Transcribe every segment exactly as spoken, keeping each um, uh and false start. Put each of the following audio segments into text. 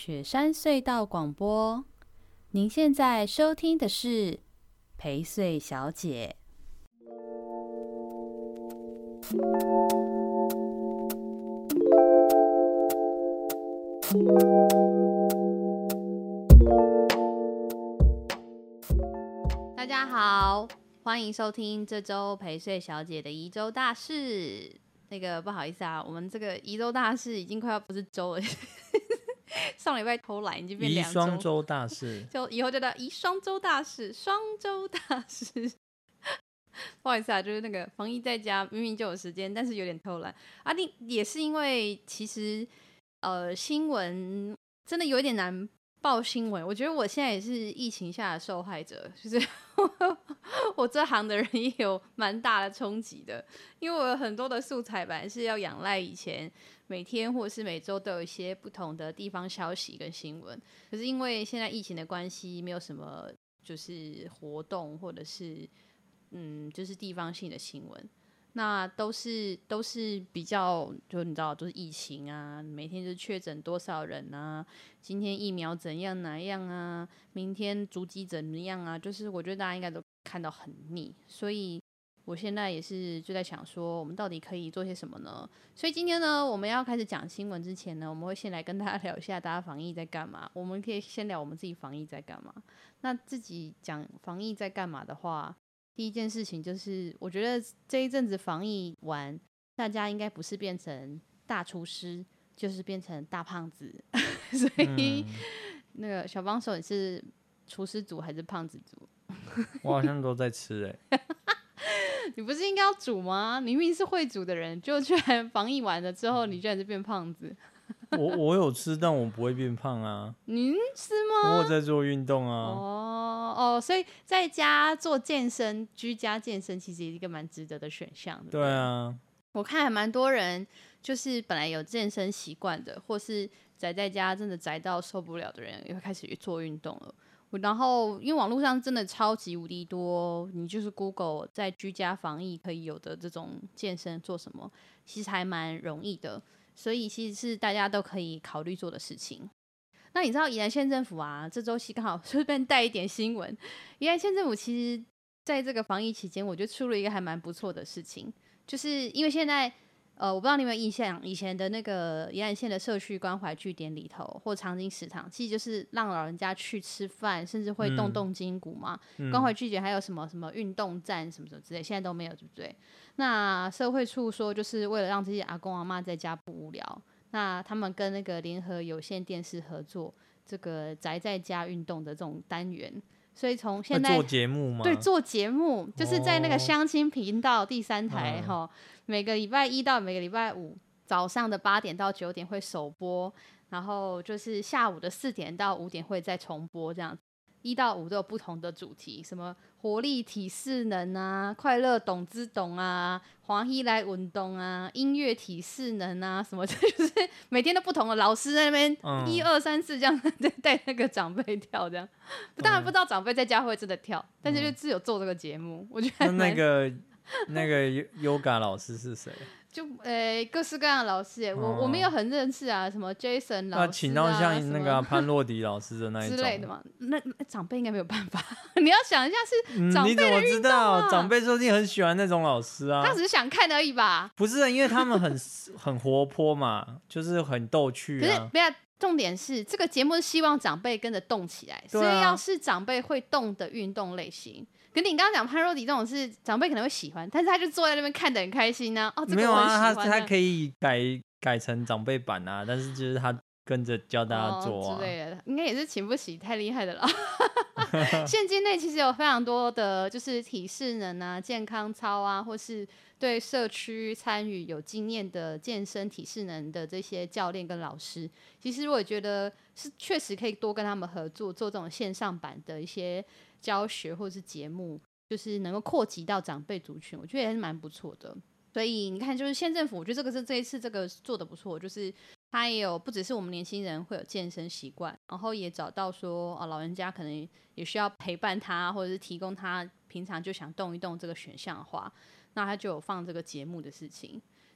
雪山隧道广播，您现在收听的是陪睡小姐。大家好，欢迎收听这周陪睡小姐的宜州大事。那个不好意思啊，我们这个宜州大事已经快要不是周了。上礼拜偷懒已经变两周， 宜双周大事， 就以后就叫宜双周大事，双周大事。不好意思啊，就是那个防疫在家，明明就有时间，但是有点偷懒啊。你也是因为其实呃新闻真的有一点难报新闻，我觉得我现在也是疫情下的受害者，就是我这行的人也有蛮大的冲击的，因为我有很多的素材版是要仰赖以前每天或者是每周都有一些不同的地方消息跟新闻，可是因为现在疫情的关系，没有什么就是活动或者是嗯就是地方性的新闻。那都是都是比较，就你知道，都是疫情啊，每天就是确诊多少人啊，今天疫苗怎样哪样啊，明天足迹怎么样啊，就是我觉得大家应该都看到很腻，所以我现在也是就在想说，我们到底可以做些什么呢？所以今天呢，我们要开始讲新闻之前呢，我们会先来跟大家聊一下大家防疫在干嘛。我们可以先聊我们自己防疫在干嘛。那自己讲防疫在干嘛的话，第一件事情就是，我觉得这一阵子防疫完，大家应该不是变成大厨师，就是变成大胖子。所以、嗯、那个小帮手，你是厨师组还是胖子组？ 我好像都在吃哎、欸。 你不是应该要煮吗？你明明是会煮的人，就居然防疫完了之后，你居然是变胖子。 我我有吃，但我不会变胖啊。 您是吗？ 我有在做运动啊。 哦哦，所以在家做健身，居家健身其实也是一个蛮值得的选项。对不对？ 对啊， 我看还蛮多人，就是本来有健身习惯的，或是宅在家真的宅到受不了的人，也会开始做运动了。然后因为网络上真的超级无敌多，你就是 Google 在居家防疫可以有的这种健身做什么，其实还蛮容易的，所以其实是大家都可以考虑做的事情。那你知道宜兰县政府啊，这周期刚好顺便带一点新闻。宜兰县政府其实在这个防疫期间，我觉得出了一个还蛮不错的事情，就是因为现在呃，我不知道你有没有印象，以前的那个宜兰县的社区关怀据点里头，或长景食堂，其实就是让老人家去吃饭，甚至会动动筋骨嘛。嗯、关怀据点还有什么什么运动站什么什么之类，现在都没有，对不对？那社会处说，就是为了让这些阿公阿嬷在家不无聊，那他们跟那个联合有线电视合作，这个宅在家运动的这种单元。所以从现在做节目吗？ 对，做节目就是在那个相亲频道第三台哈、哦嗯，每个礼拜一到每个礼拜五早上的八点到九点会首播，然后就是下午的四点到五点会再重播，这样一到五都有不同的主题，什么活力体适能啊，快乐懂之懂啊，欢喜来运动啊，音乐体适能啊，什么就是每天都不同的老师在那边一二三四这样在带那个长辈跳这样。当然不知道长辈在家会真的跳，嗯、但是就是有做这个节目，我觉得那那个那个 Yoga 老师是谁？ 就呃各式各样的老师耶，哦、我我没有很认识啊，什么 Jason 老师啊， 请到像那个、啊、潘若迪老师的那一种之类的嘛，那那长辈应该没有办法。你要想一下是长辈的运动、啊嗯、 你怎么知道？长辈说不定很喜欢那种老师啊， 他只是想看而已吧？ 不是，因为他们很很活泼嘛，就是很逗趣啊。 可是不要。重点是这个节目是希望长辈跟着动起来，所以要是长辈会动的运动类型。可是你刚刚讲潘若迪这种是长辈可能会喜欢，但是他就坐在那边看得很开心啊。哦，这个我很喜欢、啊。 没有啊，他他可以改改成长辈版啊，但是就是他跟着教大家做啊、 哦、之类的，应该也是请不起太厉害的了。现今内其实有非常多的就是体适能啊、健康操啊，或是对社区参与有经验的健身体适能的这些教练跟老师，其实我觉得是确实可以多跟他们合作，做这种线上版的一些教学或是节目，就是能够扩及到长辈族群，我觉得也是蛮不错的。所以你看，就是县政府，我觉得这个是这一次这个做的不错，就是他也有不只是我们年轻人会有健身习惯，然后也找到说、啊、老人家可能也需要陪伴他，或者是提供他平常就想动一动这个选项的话，那他就有放这个节目的事情。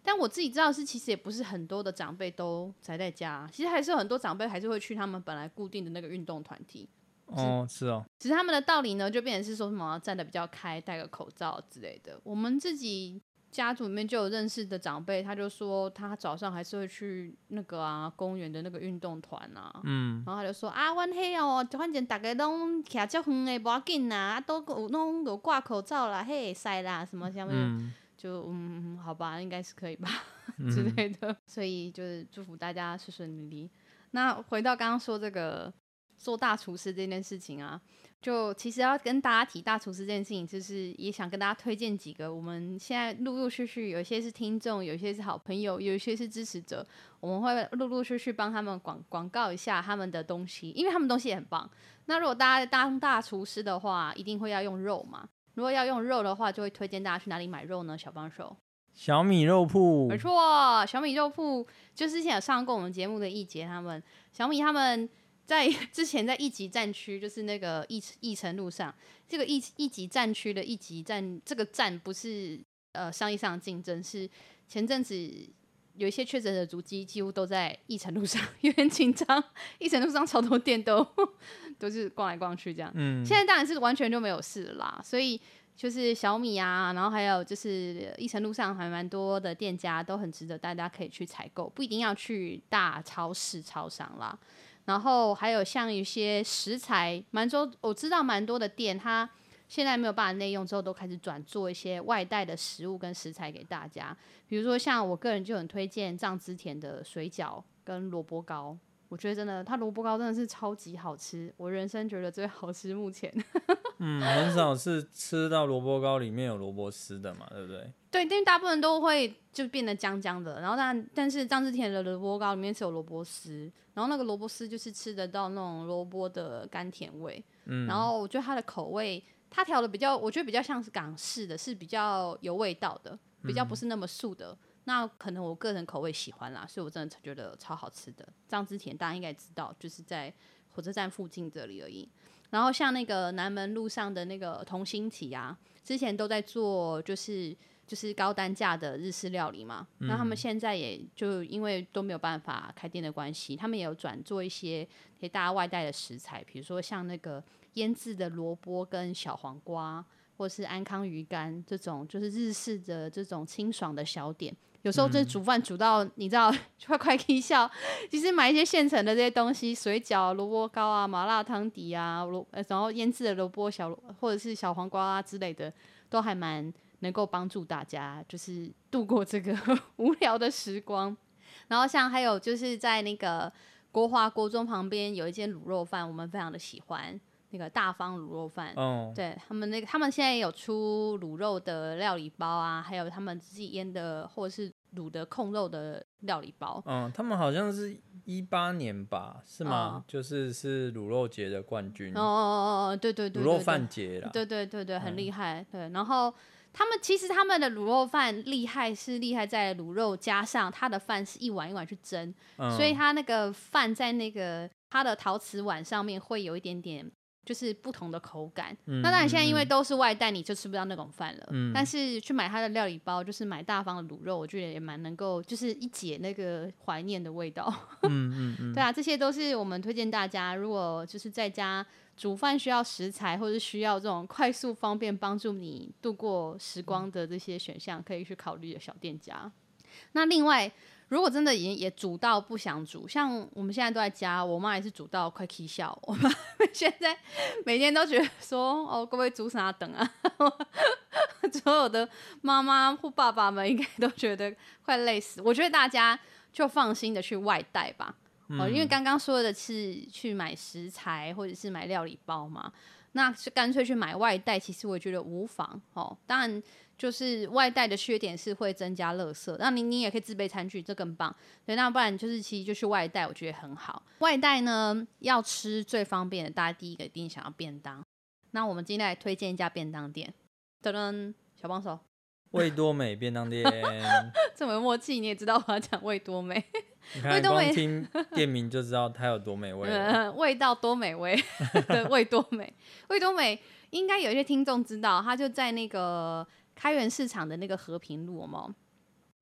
但我自己知道是，其实也不是很多的长辈都宅在家，其实还是有很多长辈还是会去他们本来固定的那个运动团体。 哦，是哦， 只是他们的道理呢，就变成是说什么站得比较开，戴个口罩之类的。我们自己家族里面就有认识的长辈，他就说他早上还是会去那个啊公园的那个运动团啊，嗯，然后他就说啊，阮迄哦，反正大家拢徛足远的，无要紧啦，都有拢有挂口罩啦，嘿会使啦，什么什么，嗯、就嗯好吧，应该是可以吧、嗯、之类的。所以就是祝福大家顺顺利利。那回到刚刚说这个做大厨师这件事情啊，就其实要跟大家提大厨师这件事情，就是也想跟大家推荐几个我们现在陆陆续续，有一些是听众，有一些是好朋友，有一些是支持者，我们会陆陆续续帮他们广广告一下他们的东西，因为他们东西也很棒。那如果大家当大厨师的话，一定会要用肉嘛，如果要用肉的话，就会推荐大家去哪里买肉呢？小帮手， 小米肉铺， 没错，小米肉铺就是之前有上过我们节目的易杰他们，小米他们在之前在一级战区，就是那个义义城路上，这个一一级战区的一级战，这个战不是呃商业上的竞争，是前阵子有一些确诊的足迹几乎都在义城路上，有点紧张。义城路上超多店都都是逛来逛去这样，嗯，现在当然是完全就没有事了啦，所以就是小米啊，然后还有就是义城路上还蛮多的店家都很值得大家可以去采购，不一定要去大超市超商啦。然后还有像一些食材，蛮多我知道蛮多的店，它现在没有办法内用之后，都开始转做一些外带的食物跟食材给大家。比如说像我个人就很推荐藏之田的水饺跟萝卜糕，我觉得真的，它萝卜糕真的是超级好吃，我人生觉得最好吃目前。 嗯，很少是吃到萝卜糕里面有萝卜丝的嘛，对不对？ 对，因为大部分都会就变得僵僵的，然后但但是藏之田的萝卜糕里面是有萝卜丝，然后那个萝卜丝就是吃得到那种萝卜的甘甜味，嗯，然后我觉得它的口味，它调的比较，我觉得比较像是港式的，是比较有味道的，比较不是那么素的。嗯，那可能我个人口味喜欢啦，所以我真的觉得超好吃的。藏之田大家应该知道，就是在火车站附近这里而已。然后像那个南门路上的那个同心体啊，之前都在做就是就是高单价的日式料理嘛，嗯，那他们现在也就因为都没有办法开店的关系，他们也有转做一些给大家外带的食材，比如说像那个腌制的萝卜跟小黄瓜，或是安康鱼干这种就是日式的这种清爽的小点。有时候这煮饭煮到你知道快快起笑，其实买一些现成的这些东西，水饺、萝卜糕啊、麻辣汤底啊，然后腌制的萝卜小或者是小黄瓜啊之类的，都还蛮能够帮助大家就是度过这个无聊的时光。然后像还有就是在那个国华国中旁边有一间卤肉饭，我们非常的喜欢。那个大方卤肉饭，哦，对他们那个，他们现在也有出卤肉的料理包啊，还有他们自己腌的或者是卤的控肉的料理包。 嗯，他们好像是一八年吧，是吗？哦，就是是卤肉节的冠军。 哦哦哦哦，对对 对, 对, 对， 卤肉饭节啦。 对对对对，很厉害。嗯，对，然后他们其实他们的卤肉饭厉害是厉害在卤肉加上它的饭是一碗一碗去蒸，嗯，所以它那个饭在那个它的陶瓷碗上面会有一点点。就是不同的口感，嗯，那当然现在因为都是外带，你就吃不到那种饭了，嗯，但是去买它的料理包，就是买大方的卤肉，我觉得也蛮能够，就是一解那个怀念的味道。嗯嗯嗯，对啊，这些都是我们推荐大家，如果就是在家煮饭需要食材，或是需要这种快速方便帮助你度过时光的这些选项，可以去考虑的小店家。那另外如果真的也也煮到不想煮，像我们现在都在家，我妈也是煮到快起笑，我妈现在每天都觉得说，哦，各位煮啥等啊？所有的妈妈或爸爸们应该都觉得快累死。我觉得大家就放心的去外带吧，嗯，哦，因为刚刚说的是去买食材或者是买料理包嘛，那是干脆去买外带，其实我觉得无妨哦。当然。就是外带的缺点是会增加垃圾，那你你也可以自备餐具，这更棒。对，那不然就是其实就去外带，我觉得很好。外带呢，要吃最方便的，大家第一个一定想要便当。那我们今天来推荐一家便当店，噔噔，小帮手， 味多美便当店。 这么默契，你也知道我要讲味多美。 你看，光听店名就知道它有多美味了， 嗯，味道多美味的味多美。味多美应该有一些听众知道，它就在那个开元市场的那个和平路，有没有？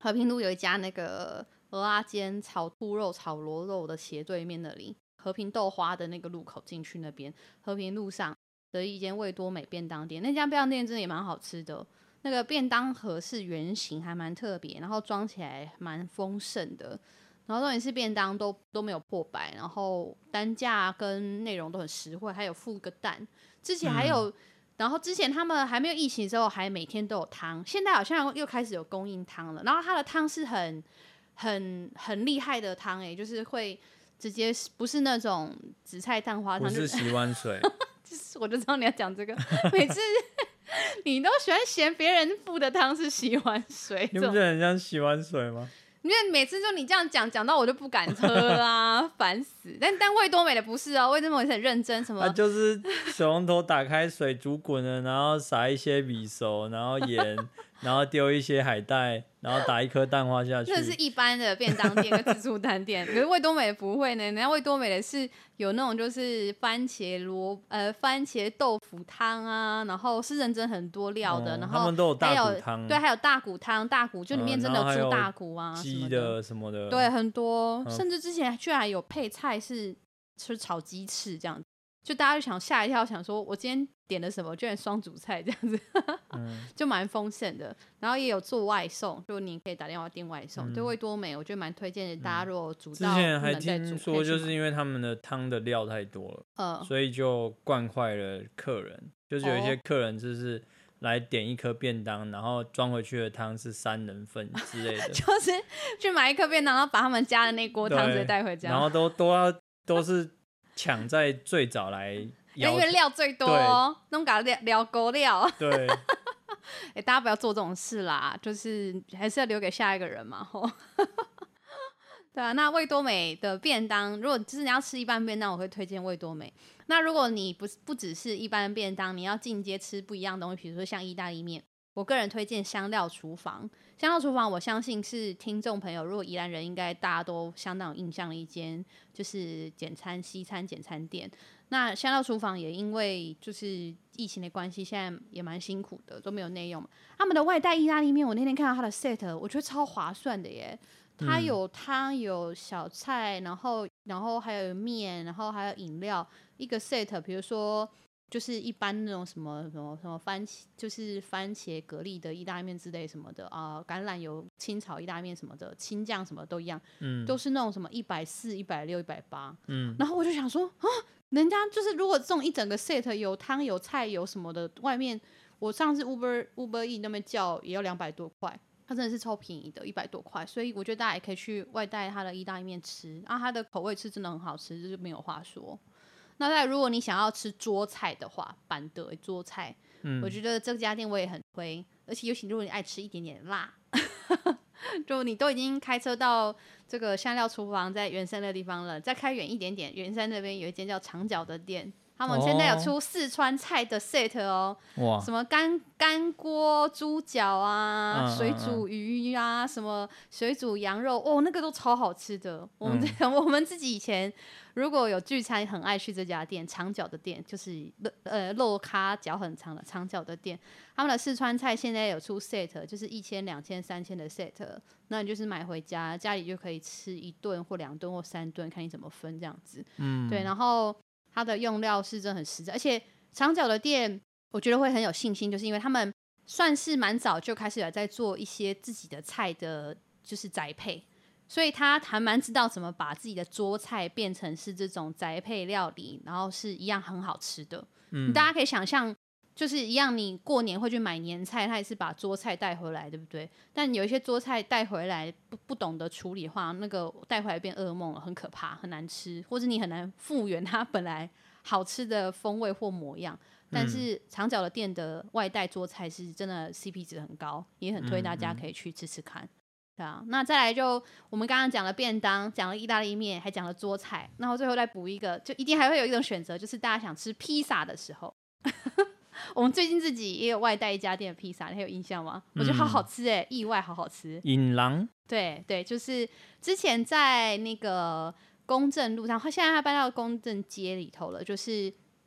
和平路有一家那个蚵仔煎、炒兔肉、炒螺肉的斜对面那里，和平豆花的那个路口进去那边，和平路上的一间味多美便当店，那家便当店真的也蛮好吃的。那个便当盒是圆形，还蛮特别，然后装起来蛮丰盛的。然后重点是便当都都没有破百，然后单价跟内容都很实惠，还有附个蛋。之前还有，嗯、然后之前他们还没有疫情的时候，还每天都有汤，现在好像又开始有供应汤了。然后它的汤是很很很厉害的汤，哎，就是会直接不是那种紫菜蛋花汤， 不是洗碗水。 就是我就知道你要讲这个，每次你都喜欢嫌别人附的汤是洗碗水， 你不觉得很像洗碗水吗？ 因为每次就你这样讲，讲到我就不敢喝啦，烦死！但但味多美的不是哦，味多美是很认真，什么？ 它就是水龙头打开，水煮滚了，然后撒一些米熟，然后盐，然后丢一些海带，然后打一颗蛋花下去。 这是一般的便当店跟自助餐店，可是味多美的不会呢。人家味多美的是有那种就是番茄萝呃番茄豆腐汤啊，然后是认真很多料的， 哦、 然后他们都有大骨汤， 对，还有大骨汤，大骨就里面真的有猪大骨啊， 鸡、嗯、的什么的， 对，很多， 嗯、 甚至之前居然有配菜是吃炒鸡翅这样子。就大家就想吓一跳，想说我今天点了什么，居然双主菜这样子，嗯、就蛮丰盛的。然后也有做外送，就你可以打电话订外送。对、嗯、味多美，我觉得蛮推荐的。大家如果煮到、嗯、 之前还听说，就是因为他们的汤的料太多了，嗯，所以就惯坏了客人。就是有一些客人就是来点一颗便当，然后装回去的汤是三人份之类的， 就是去买一颗便当，然后把他们家的那锅汤直接带回家， 然后都都要都是。抢在最早来， 因为料最多，弄搞料料够料。 对， 哎、欸，大家不要做这种事啦，就是还是要留给下一个人嘛，吼。对啊，那味多美的便当，如果就是你要吃一般便当，我会推荐味多美。那如果你不不只是一般便当，你要进阶吃不一样的东西，比如说像意大利面。我个人推荐香料厨房，香料厨房我相信是听众朋友，如果宜兰人应该大家都相当有印象的一间就是简餐西餐简餐店。那香料厨房也因为就是疫情的关系，现在也蛮辛苦的，都没有内用。他们的外带意大利面，我那天看到它的 set， 我觉得超划算的耶。它有汤有小菜，然后然后还有面，然后还有饮料，一个 set， 比如说。就是一般那种什么什么什么番茄，就是番茄蛤蜊的意大利面之类什么的啊，橄榄油清炒意大利面什么的，青酱什么都一样，嗯，都是那种什么一百四、一百六、一百八，嗯，然后我就想说啊，人家就是如果这种一整个 set 有汤有菜有什么的，外面我上次 Uber Uber E 那边叫也要两百多块，它真的是超便宜的，一百多块，所以我觉得大家也可以去外带它的意大利面吃，啊，它的口味是真的很好吃，就是没有话说。那再如果你想要吃桌菜的话，板德桌菜、嗯，我觉得这家店我也很推，而且尤其如果你爱吃一点点辣，就你都已经开车到这个香料厨房在圆山的地方了，再开远一点点，圆山那边有一间叫长角的店。他们现在有出四川菜的 set 哦，哇，什么干干锅猪脚啊、嗯，水煮鱼啊，嗯、什么水煮羊肉，哦，那个都超好吃的。我们、嗯、我们自己以前如果有聚餐，很爱去这家店，长角的店，就是呃肉咖脚很长的长角的店。他们的四川菜现在有出 set， 就是一千、两千、三千的 set， 那你就是买回家，家里就可以吃一顿或两顿或三顿，看你怎么分这样子。嗯，对，然后。它的用料是真的很实在，而且长角的店我觉得会很有信心，就是因为他们算是蛮早就开始有在做一些自己的菜的，就是宅配，所以他还蛮知道怎么把自己的桌菜变成是这种宅配料理，然后是一样很好吃的。嗯，大家可以想象，就是一样，你过年会去买年菜，他也是把桌菜带回来，对不对？但有一些桌菜带回来不不懂得处理的话，那个带回来变噩梦了，很可怕，很难吃，或者你很难复原它本来好吃的风味或模样。但是长角的店的外带桌菜是真的 C P 值很高，也很推大家可以去吃吃看。对啊，那再来就我们刚刚讲了便当，讲了意大利面，还讲了桌菜，然后最后再补一个，就一定还会有一种选择，就是大家想吃披萨的时候。我们最近自己也有外带一家店的披萨，你还有印象吗？我觉得好好吃哎、欸，意外好好吃。 饮郎， 对对，就是之前在那个公正路上，现在他搬到公正街里头了，就是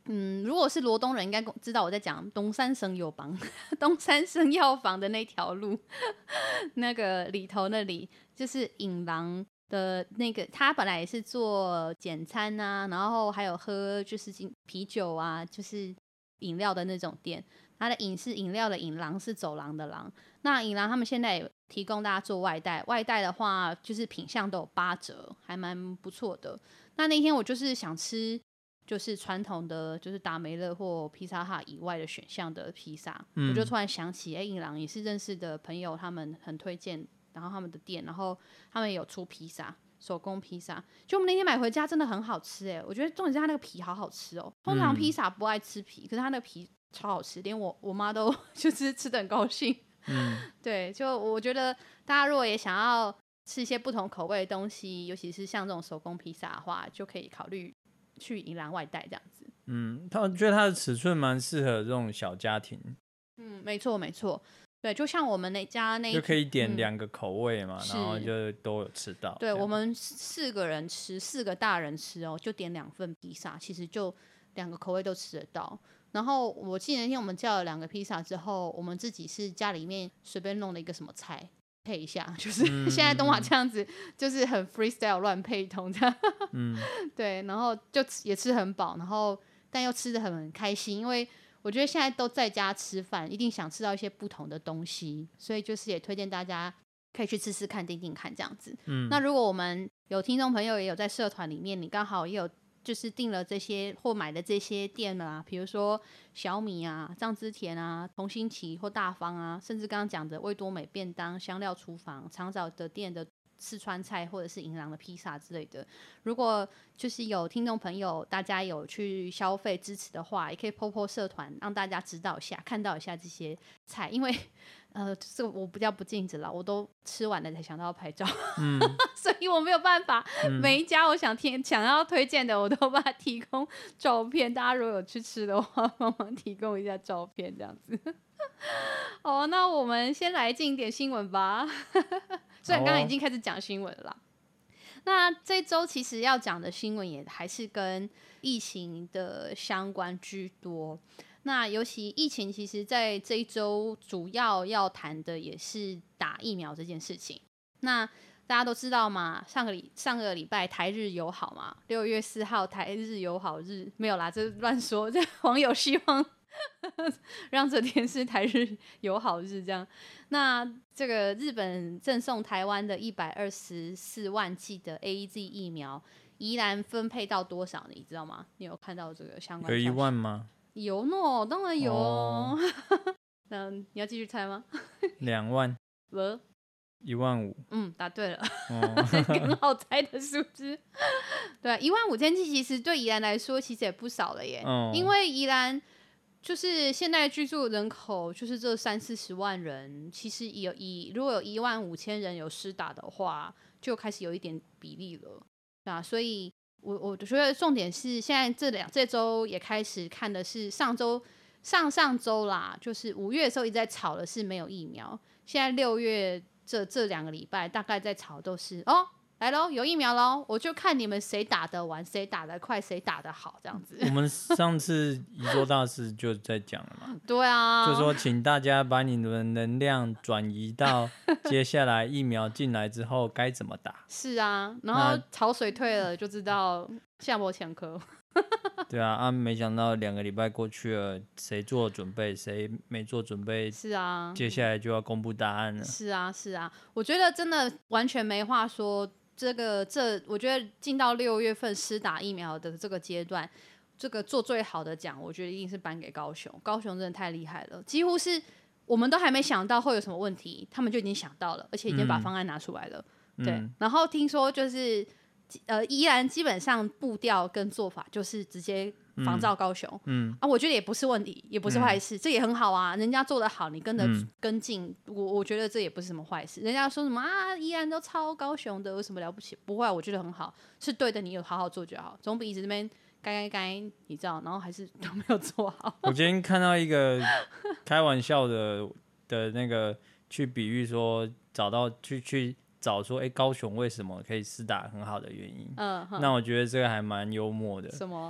嗯，如果是罗东人，应该知道我在讲东山生药房，东山生药房的那条路，那个里头那里就是引狼的那个，他本来也是做简餐啊，然后还有喝就是啤酒啊，就是饮料的那种店。它的饮是饮料的饮，廊是走廊的廊。那饮廊他们现在也提供大家做外带，外带的话就是品项都有八折，还蛮不错的。那那天我就是想吃就是传统的就是达美乐或披萨哈以外的选项的披萨、嗯、我就突然想起哎，饮廊也是认识的朋友，他们很推荐，然后他们的店，然后他们也有出披萨，手工披萨，就我们那天买回家真的很好吃哎，我觉得重点是它那个皮好好吃哦。通常披萨不爱吃皮、嗯、可是它那个皮超好吃，连我我妈都就是吃得很高兴。嗯，对，就我觉得大家如果也想要吃一些不同口味的东西，尤其是像这种手工披萨的话，就可以考虑去银兰外带这样子。 嗯，我觉得它的尺寸蛮适合这种小家庭。 嗯，没错没错，对，就像我们那家那就可以点两个口味嘛、嗯、然后就都有吃到。 对，我们四个人吃，四个大人吃哦，就点两份披萨，其实就两个口味都吃得到。然后我记得那天我们叫了两个披萨之后，我们自己是家里面随便弄了一个什么菜配一下，就是、嗯、现在东华这样子，就是很 freestyle 乱配一通这样。嗯，对，然后就也吃很饱，然后但又吃得很开心，因为我觉得现在都在家吃饭，一定想吃到一些不同的东西，所以就是也推荐大家可以去吃吃看、订订看这样子。嗯，那如果我们有听众朋友也有在社团里面，你刚好也有就是订了这些或买的这些店啊，比如说小米啊、藏之田啊、同心奇或大方啊，甚至刚刚讲的味多美便当、香料厨房、长早的店的四川菜或者是银狼的披萨之类的，如果就是有听众朋友大家有去消费支持的话，也可以 po po 社团让大家知道一下，看到一下这些菜，因为呃，这个我比较不禁止啦，我都吃完了才想到要拍照，嗯、所以我没有办法、嗯、每一家我想听想要推荐的我都把它提供照片，大家如果有去吃的话帮忙提供一下照片这样子。好，那我们先来进一点新闻吧。虽然刚刚已经开始讲新闻了啦、哦、那这周其实要讲的新闻也还是跟疫情的相关居多。那尤其疫情其实在这一周主要要谈的也是打疫苗这件事情。那大家都知道嘛，上个礼上个礼拜台日友好嘛，六月四号台日友好日，没有啦，这乱说，这网友希望让这天是台日友好日这样。那这个日本赠送台湾的一百二十四万剂的 A Z 疫苗，宜兰分配到多少你知道吗？你有看到这个相关？ 有一万吗？ 有呢，当然有哦。那你要继续猜吗？ 两万。 呃， 一万五。 嗯，答对了，哦、很好猜的数字。对，一万五千剂其实对宜兰来说其实也不少了耶，哦、因为宜兰就是现在居住人口就是这三四十万人，其实有以如果有一万五千人有施打的话，就开始有一点比例了，啊，所以我我觉得重点是现在这两这周也开始看的是上周上上周啦，就是五月的时候一直在吵的是没有疫苗，现在六月这这两个礼拜大概在吵都是哦。来咯，有疫苗咯，我就看你们谁打得完，谁打得快，谁打得好这样子。 我们上次一周大事就在讲了嘛。 对啊， 就说请大家把你们的能量转移到接下来疫苗进来之后该怎么打。 是啊，然后潮水退了就知道下波前科。 对啊，啊，没想到两个礼拜过去了，谁做准备，谁没做准备。 是啊， 接下来就要公布答案了。 是啊，是啊，我觉得真的完全没话说。这个这，我觉得进到六月份施打疫苗的这个阶段，这个做最好的奖，我觉得一定是颁给高雄。高雄真的太厉害了，几乎是我们都还没想到会有什么问题，他们就已经想到了，而且已经把方案拿出来了。嗯、对，然后听说就是呃，宜兰基本上步调跟做法就是直接仿照高雄，嗯, 嗯啊，我觉得也不是问题，也不是坏事，嗯、这也很好啊。人家做得好，你跟着跟进，嗯、我我觉得这也不是什么坏事。人家说什么啊，宜兰都超高雄的，有什么了不起？不会，我觉得很好，是对的，你有好好做就好，总比一直这边该该该，你知道，然后还是都没有做好。 我今天看到一个开玩笑的的那个去比喻说，找到去去。找说，哎、欸，高雄为什么可以施打很好的原因？嗯，那我觉得这个还蛮幽默的。 什么？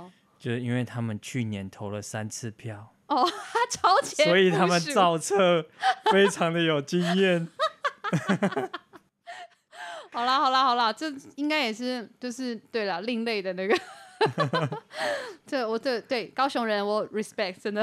就是因为他们去年投了三次票哦，他超前部署， 所以他们造册非常的有经验。 好啦好啦好啦，这应该也是就是对了另类的那个。这我对对高雄人我 respect 真的。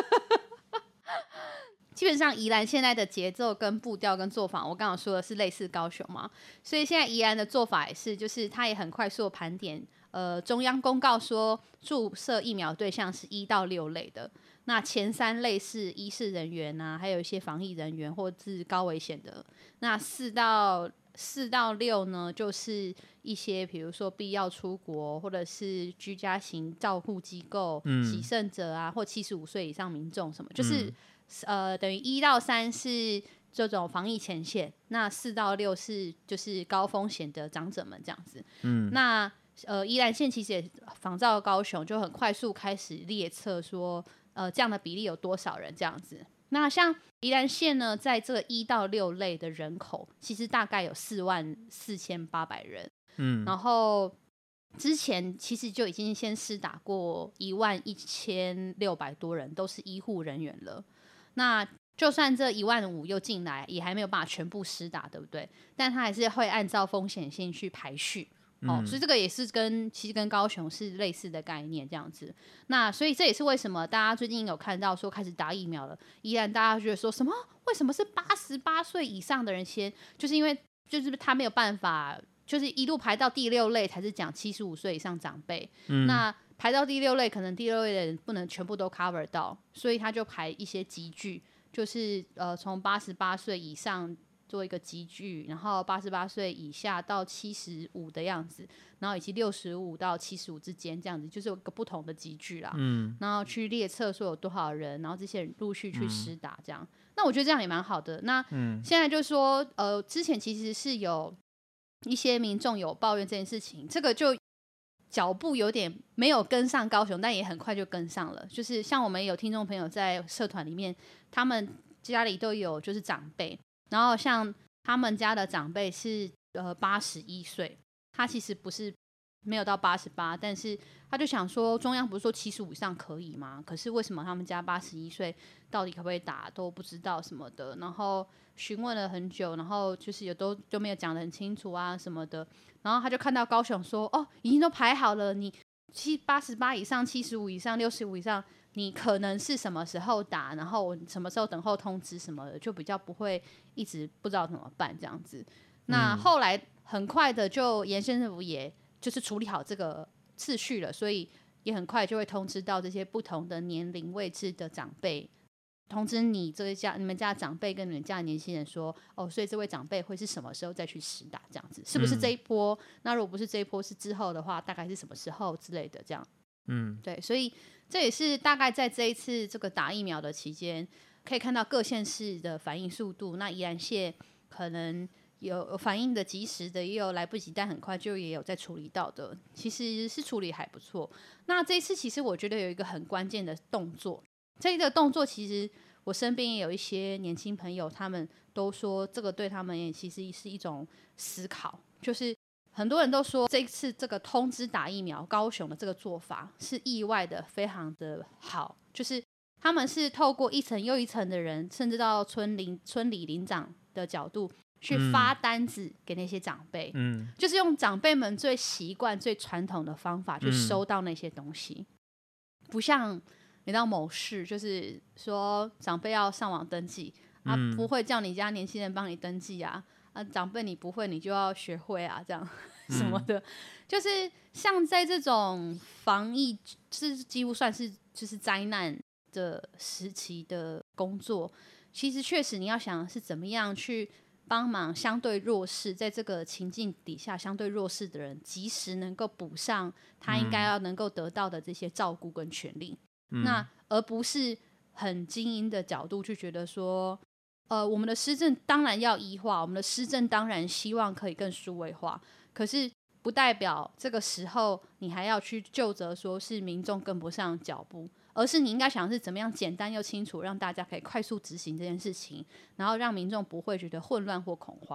基本上宜兰现在的节奏跟步调跟做法，我刚刚说的是类似高雄嘛，所以现在宜兰的做法也是，就是它也很快速的盘点。呃，中央公告说注射疫苗对象是一到六类的，那前三类是医事人员啊，还有一些防疫人员或是高危险的。那四到四到六呢，就是一些比如说必要出国或者是居家型照护机构、嗯、洗肾者啊，或七十五岁以上民众什么，就是、嗯、呃，等于一到三是这种防疫前线，那四到六是就是高风险的长者们这样子。嗯，那呃，宜兰县其实也仿照高雄，就很快速开始列册说，呃，这样的比例有多少人这样子。那像宜兰县呢，在这个一到六类的人口，其实大概有四万四千八百人。嗯，然后之前其实就已经先施打过一万一千六百多人，都是医护人员了。那就算这一万五又进来，也还没有办法全部施打，对不对？但他还是会按照风险性去排序。哦，所以这个也是跟其实跟高雄是类似的概念这样子。那所以这也是为什么大家最近有看到说开始打疫苗了，依然大家觉得说什么为什么是八十八岁以上的人先，就是因为就是他没有办法，就是一路排到第六类才是讲七十五岁以上长辈。嗯，那排到第六类，可能第六类的人不能全部都 cover 到，所以他就排一些集聚，就是呃从八十八岁以上做一个集聚，然后八十八岁以下到七十五的样子，然后以及六十五到七十五之间这样子，就是有个不同的集聚啦。嗯，然后去列册说有多少人，然后这些人陆续去施打这样。嗯、那我觉得这样也蛮好的。那现在就说，呃，之前其实是有一些民众有抱怨这件事情，这个就脚步有点没有跟上高雄，但也很快就跟上了。就是像我们有听众朋友在社团里面，他们家里都有就是长辈。然后像他们家的长辈是呃八十一岁，他其实不是没有到八十八，但是他就想说，中央不是说七十五以上可以吗？可是为什么他们家八十一岁到底可不可以打都不知道什么的，然后询问了很久，然后就是也都就没有讲得很清楚啊什么的，然后他就看到高雄说，哦，已经都排好了，你七八十八以上、七十五以上、六十五以上。你可能是什么时候打，然后什么时候等候通知什么的，就比较不会一直不知道怎么办这样子。那后来很快的就沿线政府也就是处理好这个次序了，所以也很快就会通知到这些不同的年龄位置的长辈，通知你这个家你们家的长辈跟你们家的年轻人说，哦，所以这位长辈会是什么时候再去施打这样子，是不是这一波？嗯、那如果不是这一波是之后的话，大概是什么时候之类的这样。嗯，对，所以这也是大概在这一次这个打疫苗的期间，可以看到各县市的反应速度。那宜兰县可能有反应的及时的，也有来不及但很快就也有在处理到的，其实是处理还不错。那这一次其实我觉得有一个很关键的动作，这个动作其实我身边也有一些年轻朋友，他们都说这个对他们也其实是一种思考，就是很多人都说这一次这个通知打疫苗，高雄的这个做法是意外的非常的好，就是他们是透过一层又一层的人，甚至到村里村里领长的角度去发单子给那些长辈，嗯，就是用长辈们最习惯最传统的方法去收到那些东西，嗯、不像你到某市就是说长辈要上网登记、嗯、啊，不会叫你家年轻人帮你登记啊，啊，长辈你不会你就要学会啊，这样什么的、嗯、就是像在这种防疫是几乎算是就是灾难的时期的工作，其实确实你要想是怎么样去帮忙相对弱势，在这个情境底下相对弱势的人及时能够补上他应该要能够得到的这些照顾跟权利、嗯、那而不是很精英的角度去觉得说呃，我们的施政当然要医化，我们的施政当然希望可以更数位化，可是不代表这个时候你还要去究责说是民众跟不上脚步，而是你应该想的是怎么样简单又清楚让大家可以快速执行这件事情，然后让民众不会觉得混乱或恐慌。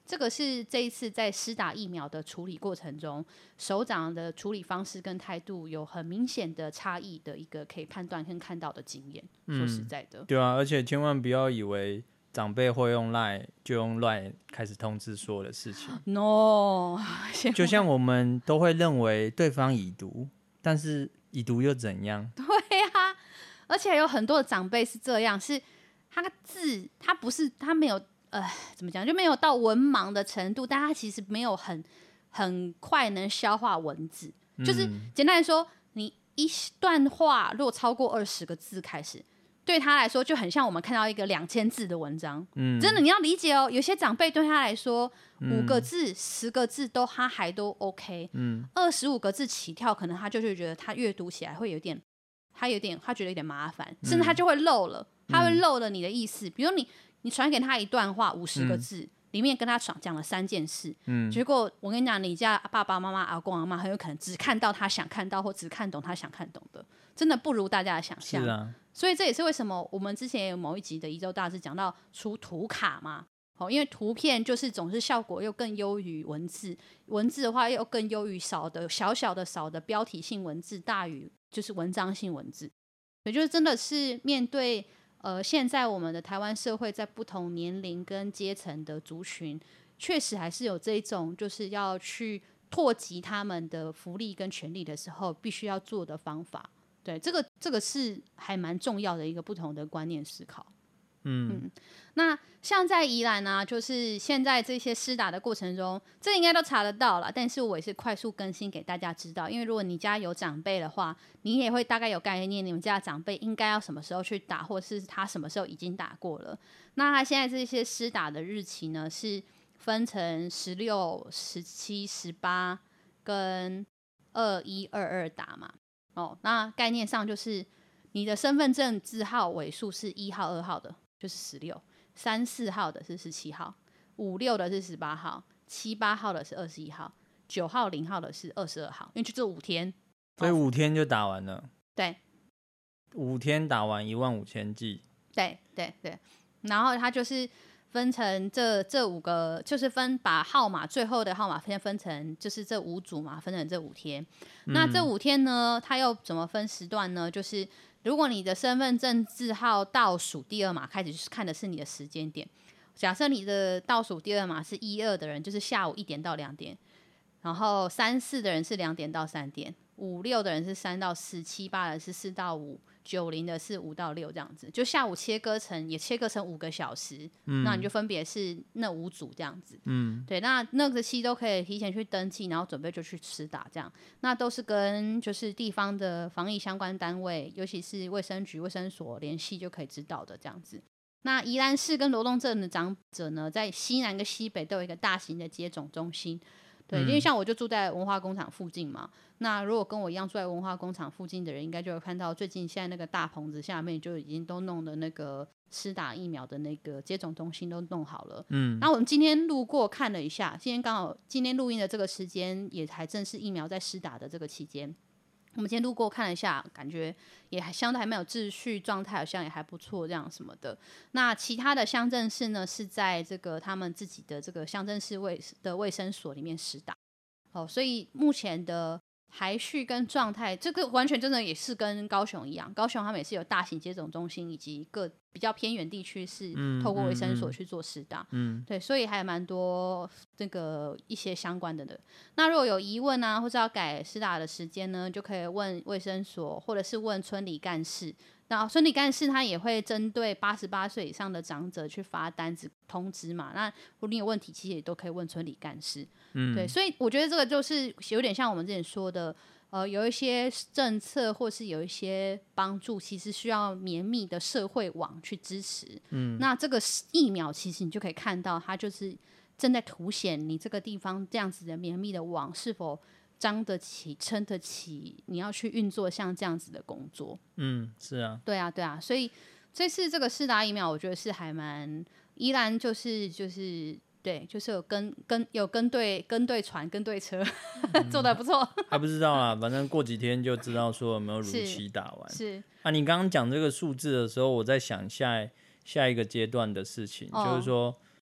这个是这一次在施打疫苗的处理过程中，首长的处理方式跟态度有很明显的差异的一个可以判断跟看到的经验。嗯、说实在的， 对啊，而且千万不要以为长辈会用 LINE 就用 LINE 开始通知所有的事情。 No， 就像我们都会认为对方已读，但是已读又怎样？ 对啊，而且有很多的长辈是这样，是他字他不是他没有。呃，怎么讲就没有到文盲的程度，但他其实没有很很快能消化文字。嗯、就是简单来说，你一段话如果超过二十个字开始，对他来说就很像我们看到一个两千字的文章。嗯，真的你要理解哦。有些长辈对他来说，五个字、十、嗯、个字都他还都 OK。嗯，二十五个字起跳，可能他就会觉得他阅读起来会有点，他有点他觉得有点麻烦，嗯、甚至他就会漏了，他会漏了你的意思，比如你。你传给他一段话，五十个字、嗯，里面跟他讲了三件事，嗯，结果我跟你讲，你家爸爸妈妈、阿公阿嬷很有可能只看到他想看到，或只看懂他想看懂的，真的不如大家的想象。 是啊， 所以这也是为什么我们之前有某一集的宜州大师讲到出图卡嘛，哦，因为图片就是总是效果又更优于文字，文字的话又更优于少的小小的少的标题性文字大于就是文章性文字，也就是真的是面对。呃，现在我们的台湾社会在不同年龄跟阶层的族群，确实还是有这种就是要去拓及他们的福利跟权利的时候，必须要做的方法。对，这个这个是还蛮重要的一个不同的观念思考。嗯, 嗯，那像在宜兰啊，就是现在这些施打的过程中，这应该都查得到了，但是我也是快速更新给大家知道，因为如果你家有长辈的话，你也会大概有概念，你们家的长辈应该要什么时候去打，或是他什么时候已经打过了。那他现在这些施打的日期呢，是分成十六、十七、十八跟二一、二二打嘛。哦，那概念上就是你的身份证字号尾数是一号、二号的。就是十六，三四号的是十七号，五六的是十八号，七八号的是二十一号，九号零号的是二十二号，因为就这五天， 所以五天就打完了。 对， 五天打完一万五千剂。 对对对，然后它就是分成这这五个，就是分把号码最后的号码先分成，就是这五组嘛，分成这五天。嗯、那这五天呢，它又怎么分时段呢？就是如果你的身份证字号倒数第二码开始看的是你的时间点，假设你的倒数第二码是一二的人，就是下午一点到两点，然后三四的人是两点到三点，五六的人是三到四，七八的人是四到五，九零的是五到六，这样子，就下午切割成也切割成五个小时，嗯、那你就分别是那五组这样子，嗯，对，那那个期都可以提前去登记，然后准备就去施打，这样，那都是跟就是地方的防疫相关单位，尤其是卫生局、卫生所联系就可以知道的这样子。那宜兰市跟罗东镇的长者呢，在西南跟西北都有一个大型的接种中心。对，因为像我就住在文化工厂附近嘛，那如果跟我一样住在文化工厂附近的人，应该就会看到最近现在那个大棚子下面就已经都弄的那个施打疫苗的那个接种中心都弄好了。嗯，那我们今天路过看了一下，今天刚好今天录音的这个时间也还正是疫苗在施打的这个期间。我们今天路过看了一下，感觉也还相对还蛮有秩序，状态好像也还不错，这样什么的。那其他的乡镇市呢，是在这个他们自己的这个乡镇市卫的卫生所里面施打。哦，所以目前的排序跟状态，这个完全真的也是跟高雄一样，高雄他们也是有大型接种中心，以及各比较偏远地区是透过卫生所去做施打。嗯，嗯对，所以还蛮多这个一些相关的的。那如果有疑问啊，或者要改施打的时间呢，就可以问卫生所，或者是问村里干事。那村里干事他也会针对八十八岁以上的长者去发单子通知嘛。那如果你有问题，其实也都可以问村里干事。嗯，对，所以我觉得这个就是有点像我们之前说的，呃，有一些政策或是有一些帮助，其实需要绵密的社会网去支持。嗯，那这个疫苗其实你就可以看到，它就是正在凸显你这个地方这样子的绵密的网是否张得起、撑得起，你要去运作像这样子的工作。 嗯，是啊， 对啊，对啊，所以这次这个施打疫苗，我觉得是还蛮依然就是就是对，就是有跟跟有跟对跟对船、跟对车，嗯、做得不错。 还不知道啦，反正过几天就知道说有没有如期打完。是, 是啊，你刚刚讲这个数字的时候，我在想下下一个阶段的事情，哦、就是说。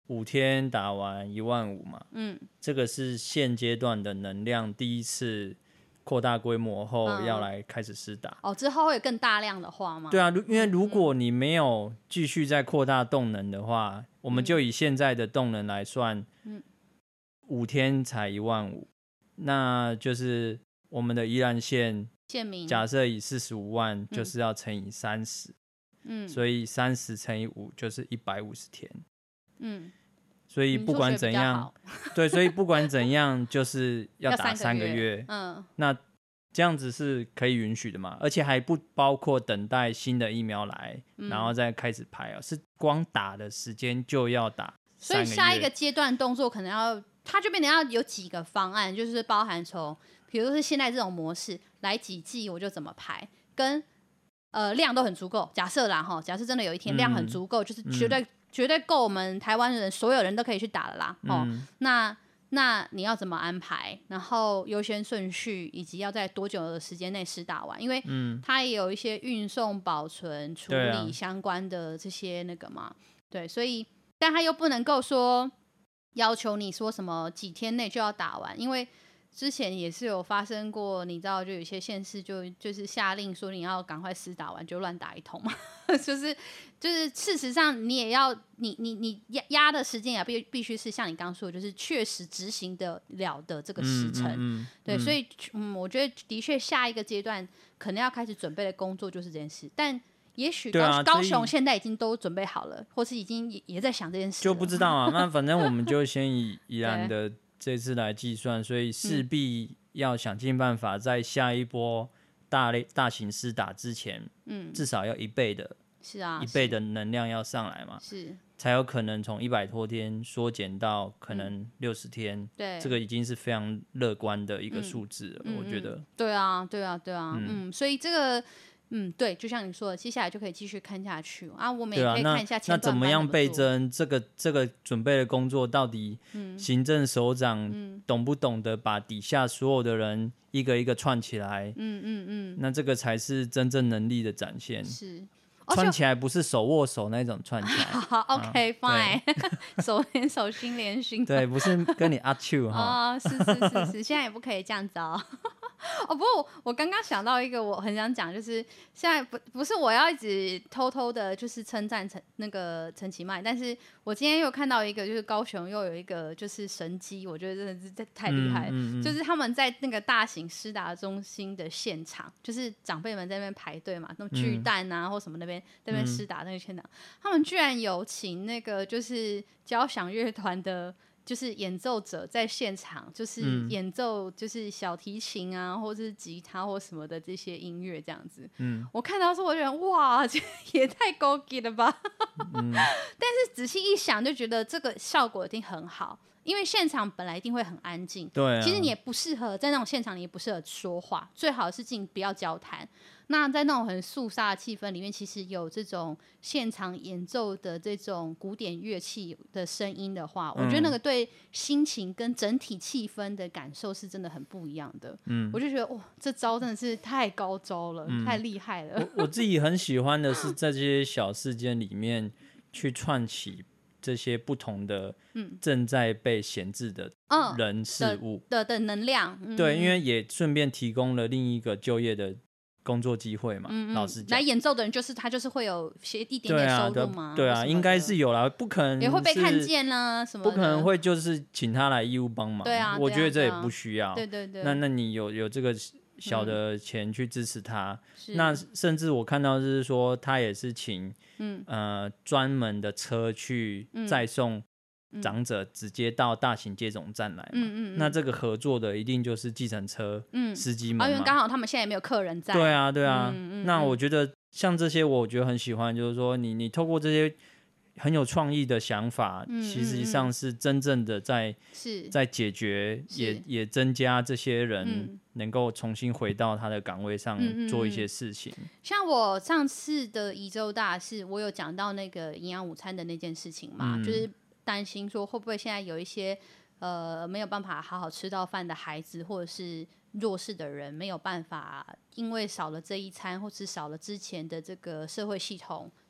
五天打完一万五嘛，嗯，这个是现阶段的能量第一次扩大规模后要来开始施打、 嗯、哦，之后会有更大量的话吗？ 对啊，因为如果你没有继续再扩大动能的话、嗯、我们就以现在的动能来算，嗯，五天才一万五，那就是我们的宜兰县县民假设以四十五万就是要乘以三十，嗯，所以三十乘以五就是一百五十天。嗯，所以不管怎样，对，所以不管怎样，就是要打三个月。嗯，那这样子是可以允许的嘛？而且还不包括等待新的疫苗来，嗯、然后再开始排哦，是光打的时间就要打三个月。 所以下一个阶段动作可能要，它就变成要有几个方案，就是包含从，比如说是现在这种模式来几剂我就怎么排，跟呃量都很足够。假设啦哈，假设真的有一天量很足够，嗯、就是绝对。嗯绝对够我们台湾人所有人都可以去打了啦、嗯哦、那那你要怎么安排，然后优先顺序，以及要在多久的时间内施打完，因为它也有一些运送保存处理相关的这些那个嘛， 对,、啊、对，所以但它又不能够说要求你说什么几天内就要打完，因为之前也是有发生过，你知道，就有些县市就就是下令说你要赶快施打完，就乱打一通嘛，就是就是事实上你也要你你你压压的时间也必必须是像你刚刚说的，就是确实执行得了的这个时程，嗯嗯嗯、对，所以嗯，我觉得的确下一个阶段可能要开始准备的工作就是这件事，但也许 高,、啊、高雄现在已经都准备好了，或是已经 也, 也在想这件事了， 就不知道啊。那反正我们就先以宜兰的这次来计算，所以势必要想尽办法在下一波 大, 大型施打之前、嗯、至少要一倍的是啊， 一倍的能量要上来嘛， 是才有可能从一百多天缩减到可能六十天、嗯、对，这个已经是非常乐观的一个数字了、嗯、我觉得、嗯、 对啊对啊对啊 嗯, 嗯，所以这个嗯，对，就像你说的，接下来就可以继续看下去啊。我们也可以看一下前段班怎么做、啊、那, 那怎么样倍增？ 这个这个准备的工作到底行政首长懂不懂得把底下所有的人一个一个串起来？嗯嗯嗯，那这个才是真正能力的展现。 是。 串起来不是手握手那种串起来。 好 ，OK fine， 手连手心连心。 对，不是跟你阿秋哈。 哦，是是是是，现在也不可以这样子哦。哦，不过我刚刚想到一个，我很想讲，就是现在不不是我要一直偷偷的，就是称赞陈那个陈其迈，但是我今天又看到一个，就是高雄又有一个就是神机，我觉得真的是太厉害了、嗯嗯嗯，就是他们在那个大型施打中心的现场，就是长辈们在那边排队嘛，那种巨蛋啊、嗯、或什么那边那边施打那个现场、嗯，他们居然有请那个就是交响乐团的。就是演奏者在现场，就是演奏，就是小提琴啊，嗯、或者是吉他或什么的这些音乐这样子。嗯，我看到时候我觉得哇，这也太高级了吧。嗯、但是仔细一想，就觉得这个效果一定很好，因为现场本来一定会很安静。 对、啊， 其实你也不适合在那种现场，你也不适合说话，最好是尽不要交谈。那在那种很肃杀的气氛里面，其实有这种现场演奏的这种古典乐器的声音的话、嗯、我觉得那个对心情跟整体气氛的感受是真的很不一样的。嗯，我就觉得哇，这招真的是太高招了，嗯、太厉害了。 我, 我自己很喜欢的是在这些小事件里面去串起这些不同的正在被闲置的人事物的, 的, 的能量、嗯、 对，因为也顺便提供了另一个就业的工作机会嘛，嗯嗯，老实讲， 来演奏的人就是他，就是会有些一点点收入嘛， 对啊，对啊，应该是有啦，不可能也会被看见啦，什么的， 不可能会就是请他来义务帮忙， 对啊， 我觉得这也不需要， 对对对， 那那你有有这个小的钱去支持他，嗯、那甚至我看到就是说他也是请嗯呃专门的车去载送。长者直接到大型接种站来嘛，嗯嗯嗯，那这个合作的一定就是计程车司机们嘛， 因为刚好他们现在也没有客人在。 对啊，对啊。嗯嗯嗯，那我觉得像这些，我觉得很喜欢，就是说你你透过这些很有创意的想法，嗯嗯嗯，其实上是真正的在在解决，也也增加这些人能够重新回到他的岗位上做一些事情。嗯嗯嗯， 像我上次的宜州大事，我有讲到那个营养午餐的那件事情嘛，嗯、就是担心说会不会现在有一些呃没有办法好好吃到饭的孩子，或者是弱势的人没有办法，因为少了这一餐，或是少了之前的这个社会系统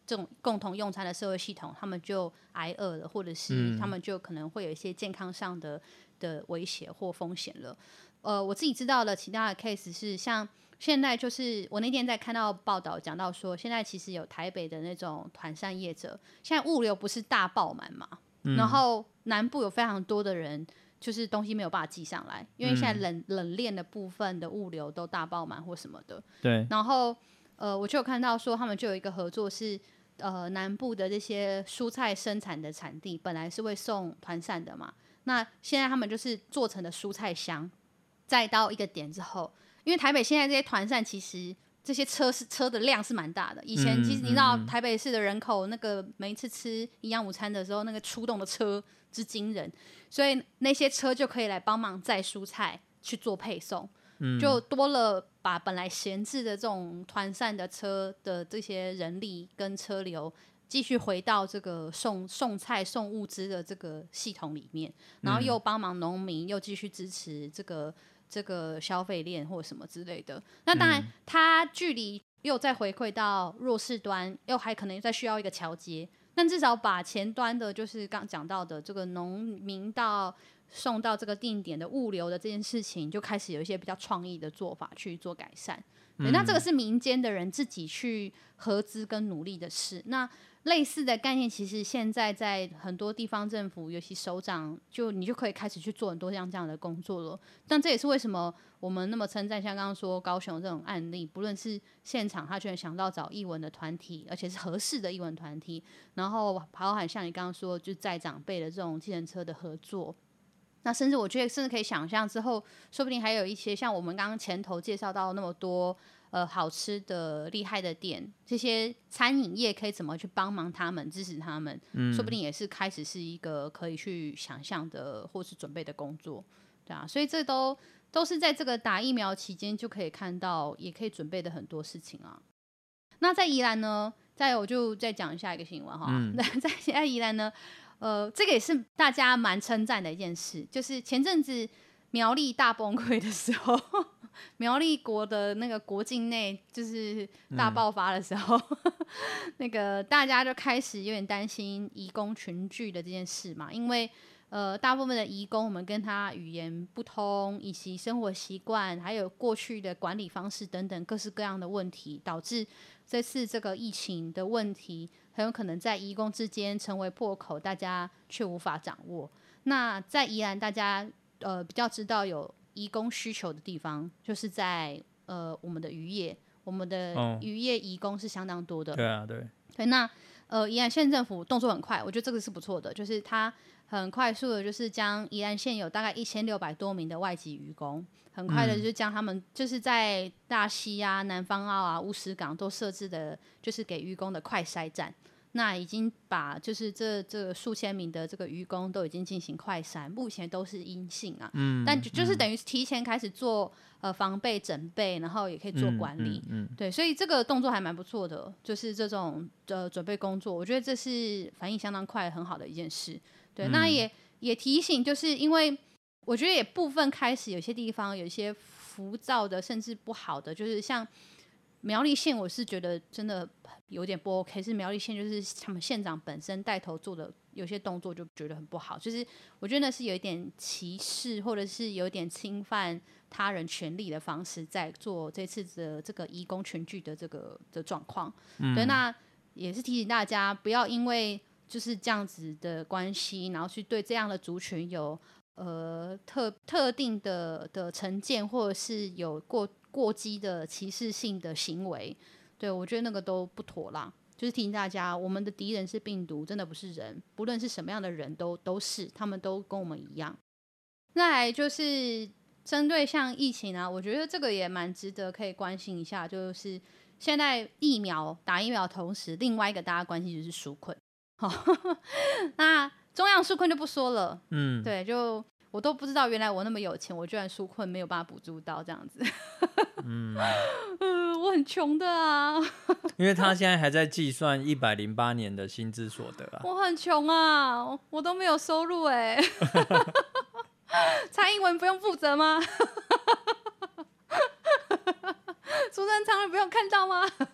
这种共同用餐的社会系统，他们就挨饿了，或者是他们就可能会有一些健康上的的威胁或风险了。呃，我自己知道的其他的 case 是像。现在就是我那天在看到报道讲到说，现在其实有台北的那种团膳业者，现在物流不是大爆满嘛、嗯，然后南部有非常多的人就是东西没有办法寄上来，因为现在冷、嗯、冷链的部分的物流都大爆满或什么的。 对， 然后呃，我就有看到说他们就有一个合作是呃南部的这些蔬菜生产的产地本来是会送团膳的嘛，那现在他们就是做成的蔬菜箱，再到一个点之后。因为台北现在这些团膳，其实这些车是车的量是蛮大的。以前其实你知道台北市的人口，那个每一次吃营养午餐的时候，那个出动的车之惊人，所以那些车就可以来帮忙载蔬菜去做配送，就多了把本来闲置的这种团膳的车的这些人力跟车流，继续回到这个送送菜送物资的这个系统里面，然后又帮忙农民，又继续支持这个。这个消费链或什么之类的，那当然它距离又再回馈到弱势端，又还可能再需要一个桥接，但至少把前端的就是刚讲到的这个农民到送到这个定点的物流的这件事情，就开始有一些比较创意的做法去做改善。对，那这个是民间的人自己去合资跟努力的事。那类似的概念，其实现在在很多地方政府，尤其首长，就你就可以开始去做很多像这样的工作了。但这也是为什么我们那么称赞，像刚刚说高雄这种案例，不论是现场他居然想到找艺文的团体，而且是合适的艺文团体，然后包含像你刚刚说，就载长辈的这种计程车的合作。那甚至我觉得甚至可以想象之后，说不定还有一些像我们刚刚前头介绍到那么多呃好吃的厉害的店，这些餐饮业可以怎么去帮忙他们支持他们、嗯、说不定也是开始是一个可以去想象的或是准备的工作，对啊，所以这都都是在这个打疫苗期间就可以看到也可以准备的很多事情啊。那在宜兰呢，再我就再讲一下一个新闻哈、嗯，在在宜兰呢呃，这个也是大家蛮称赞的一件事，就是前阵子苗栗大崩溃的时候，苗栗国的那个国境内就是大爆发的时候，嗯、那个大家就开始有点担心移工群聚的这件事嘛，因为呃，大部分的移工我们跟他语言不通，以及生活习惯，还有过去的管理方式等等各式各样的问题，导致这次这个疫情的问题很有可能在移工之间成为破口，大家却无法掌握。那在宜兰，大家呃比较知道有移工需求的地方，就是在呃我们的渔业，我们的渔业移工是相当多的。 哦、对啊，对。 对，那呃宜兰县政府动作很快，我觉得这个是不错的，就是他很快速的，就是将宜兰县有大概一千六百多名的外籍渔工，很快的就将他们就是在大溪啊、南方澳啊、乌石港都设置的，就是给渔工的快筛站。那已经把就是这这数千名的这个渔工都已经进行快筛，目前都是阴性啊。嗯，但就是等于提前开始做呃防备整备，然后也可以做管理。嗯，嗯嗯对，所以这个动作还蛮不错的，就是这种呃准备工作，我觉得这是反应相当快、很好的一件事。对，嗯、那也也提醒，就是因为我觉得也部分开始有些地方有一些浮躁的，甚至不好的，就是像苗栗县，我是觉得真的有点不 OK， 是苗栗县就是他们县长本身带头做的有些动作就觉得很不好，就是我觉得那是有一点歧视或者是有点侵犯他人权利的方式在做这次的这个移工群聚的这个的状况。嗯、对，那也是提醒大家不要因为就是这样子的关系，然后去对这样的族群有呃特特定的的成见，或者是有过过激的歧视性的行为。对，我觉得那个都不妥啦。就是提醒大家，我们的敌人是病毒，真的不是人，不论是什么样的人都都是，他们都跟我们一样。再来就是针对像疫情啊，我觉得这个也蛮值得可以关心一下，就是现在疫苗打疫苗的同时，另外一个大家关心就是纾困。那中央纾困就不说了，嗯，对，就我都不知道原来我那么有钱，我居然纾困没有办法补助到这样子。嗯，呃，我很穷的啊。 因为他现在还在计算一百零八年的薪资所得啊。 我很穷啊，我都没有收入哎、欸。蔡英文不用负责吗？苏贞昌不用看到吗？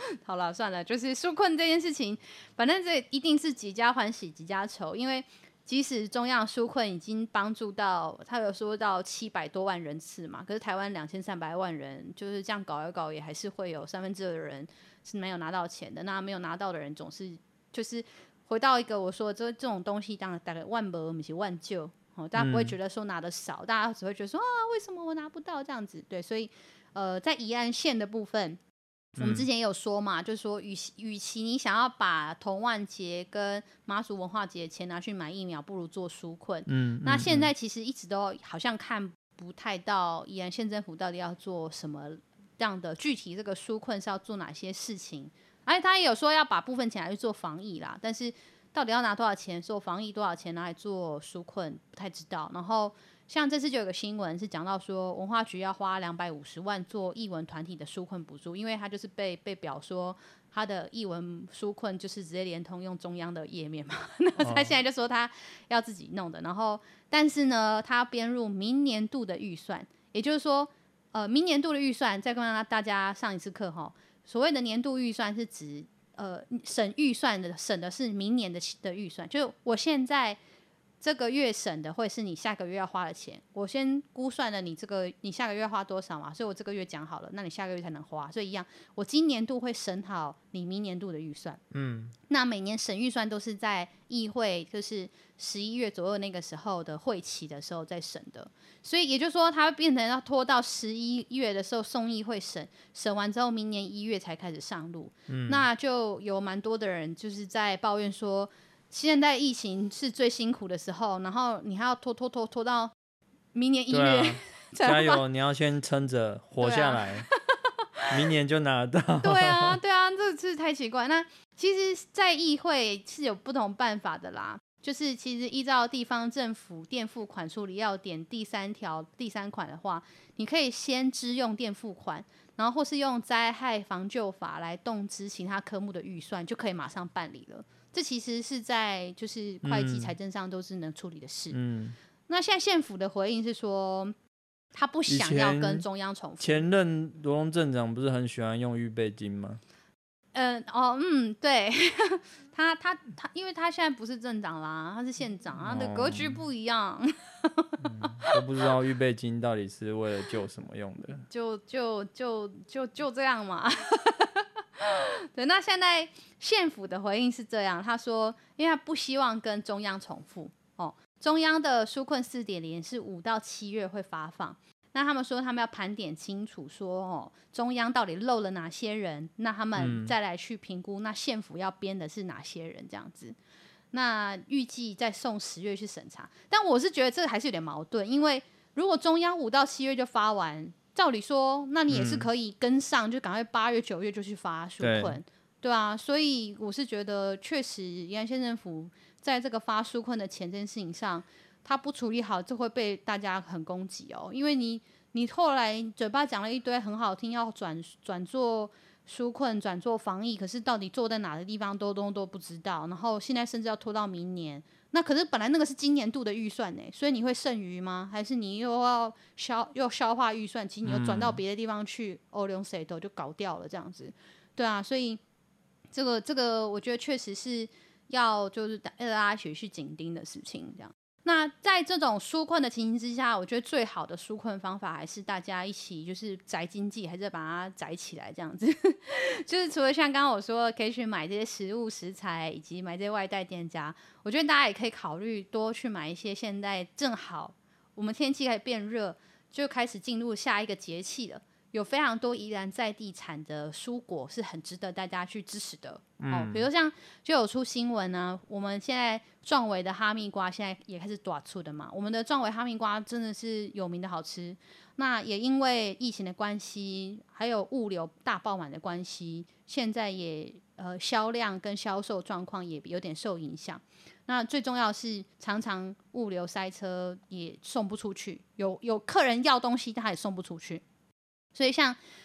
好了，算了，就是纾困这件事情，反正这一定是几家欢喜几家愁，因为即使中央纾困已经帮助到，他有说到七百多万人次嘛，可是台湾两千三百万人，就是这样搞一搞，也还是会有三分之二的人是没有拿到钱的。那没有拿到的人，总是就是回到一个我说这这种东西，当然大概万不不是万救。哦，大家不会觉得说拿的少，嗯、大家只会觉得说啊，为什么我拿不到这样子？对，所以呃，在宜兰县的部分，我们之前也有说嘛，嗯、就是说与与其你想要把同万节跟妈祖文化节的钱拿去买疫苗，不如做纾困。嗯，那现在其实一直都好像看不太到宜兰县政府到底要做什么样的具体这个纾困是要做哪些事情，而且他也有说要把部分钱拿去做防疫啦，但是到底要拿多少钱做防疫，多少钱拿来做纾困，不太知道。然后像这次就有个新闻是讲到说，文化局要花两百五十万做艺文团体的纾困补助，因为他就是被被表说他的艺文纾困就是直接连通用中央的页面嘛，那他现在就说他要自己弄的。然后但是呢，他编入明年度的预算，也就是说，呃，明年度的预算，再跟大家上一次课哈，所谓的年度预算是指。呃，省预算的省的是明年的的预算，就是我现在这个月省的会是你下个月要花的钱，我先估算了你这个你下个月要花多少嘛，所以我这个月讲好了，那你下个月才能花，所以一样，我今年度会审好你明年度的预算。嗯，那每年审预算都是在议会，就是十一月左右那个时候的会期的时候在审的，所以也就是说，它会变成要拖到十一月的时候送议会审，审完之后明年一月才开始上路。嗯，那就有蛮多的人就是在抱怨说，现在疫情是最辛苦的时候，然后你还要拖拖拖拖到明年一月、啊、 加油！你要先撑着活下来，啊、明年就拿得到。 对啊，对啊，这是太奇怪。那其实，在议会是有不同办法的啦。就是其实依照地方政府垫付款处理要点第三条第三款的话，你可以先支用垫付款，然后或是用灾害防救法来动支其他科目的预算，就可以马上办理了。这其实是在就是会计财政上都是能处理的事。嗯，那现在县府的回应是说，他不想要跟中央重复。 前任罗东镇长不是很喜欢用预备金吗？ 嗯哦嗯对他他他，因为他现在不是镇长啦，他是县长，他的格局不一样。 嗯、都不知道预备金到底是为了救什么用的， 就就就就就这样嘛。对，那现在县府的回应是这样，他说，因为他不希望跟中央重复哦，中央的纾困 四点零 是五到七月会发放。那他们说他们要盘点清楚说哦，中央到底漏了哪些人，那他们再来去评估、嗯、那县府要编的是哪些人这样子。那预计再送十月去审查，但我是觉得这个还是有点矛盾，因为如果中央五到七月就发完，照理说那你也是可以跟上、嗯、就赶快八月九月就去发纾困， 对, 对啊，所以我是觉得确实宜兰县政府在这个发纾困的钱这件事情上他不处理好，这会被大家很攻击哦。因为你你后来嘴巴讲了一堆很好听，要转转做纾困、转做防疫，可是到底做在哪个地方都都都不知道。然后现在甚至要拖到明年，那可是本来那个是今年度的预算呢，所以你会剩余吗？还是你又要消又消化预算，其实你又转到别的地方去，欧龙谁都就搞掉了这样子。对啊，所以这个这个我觉得确实是要就是大家学去紧盯的事情这样。那在这种纾困的情形之下，我觉得最好的纾困方法还是大家一起就是宅经济，还是把它宅起来这样子。就是除了像刚刚我说可以去买这些食物食材，以及买这些外带店家，我觉得大家也可以考虑多去买一些现在正好我们天气开始变热，就开始进入下一个节气了。有非常多宜兰在地产的蔬果是很值得大家去支持的、嗯哦、比如像就有出新闻啊，我们现在壮维的哈密瓜现在也开始大出的嘛，我们的壮维哈密瓜真的是有名的好吃，那也因为疫情的关系还有物流大爆满的关系，现在也呃销量跟销售状况也有点受影响。那最重要的是常常物流塞车也送不出去，有有客人要东西他也送不出去，所以像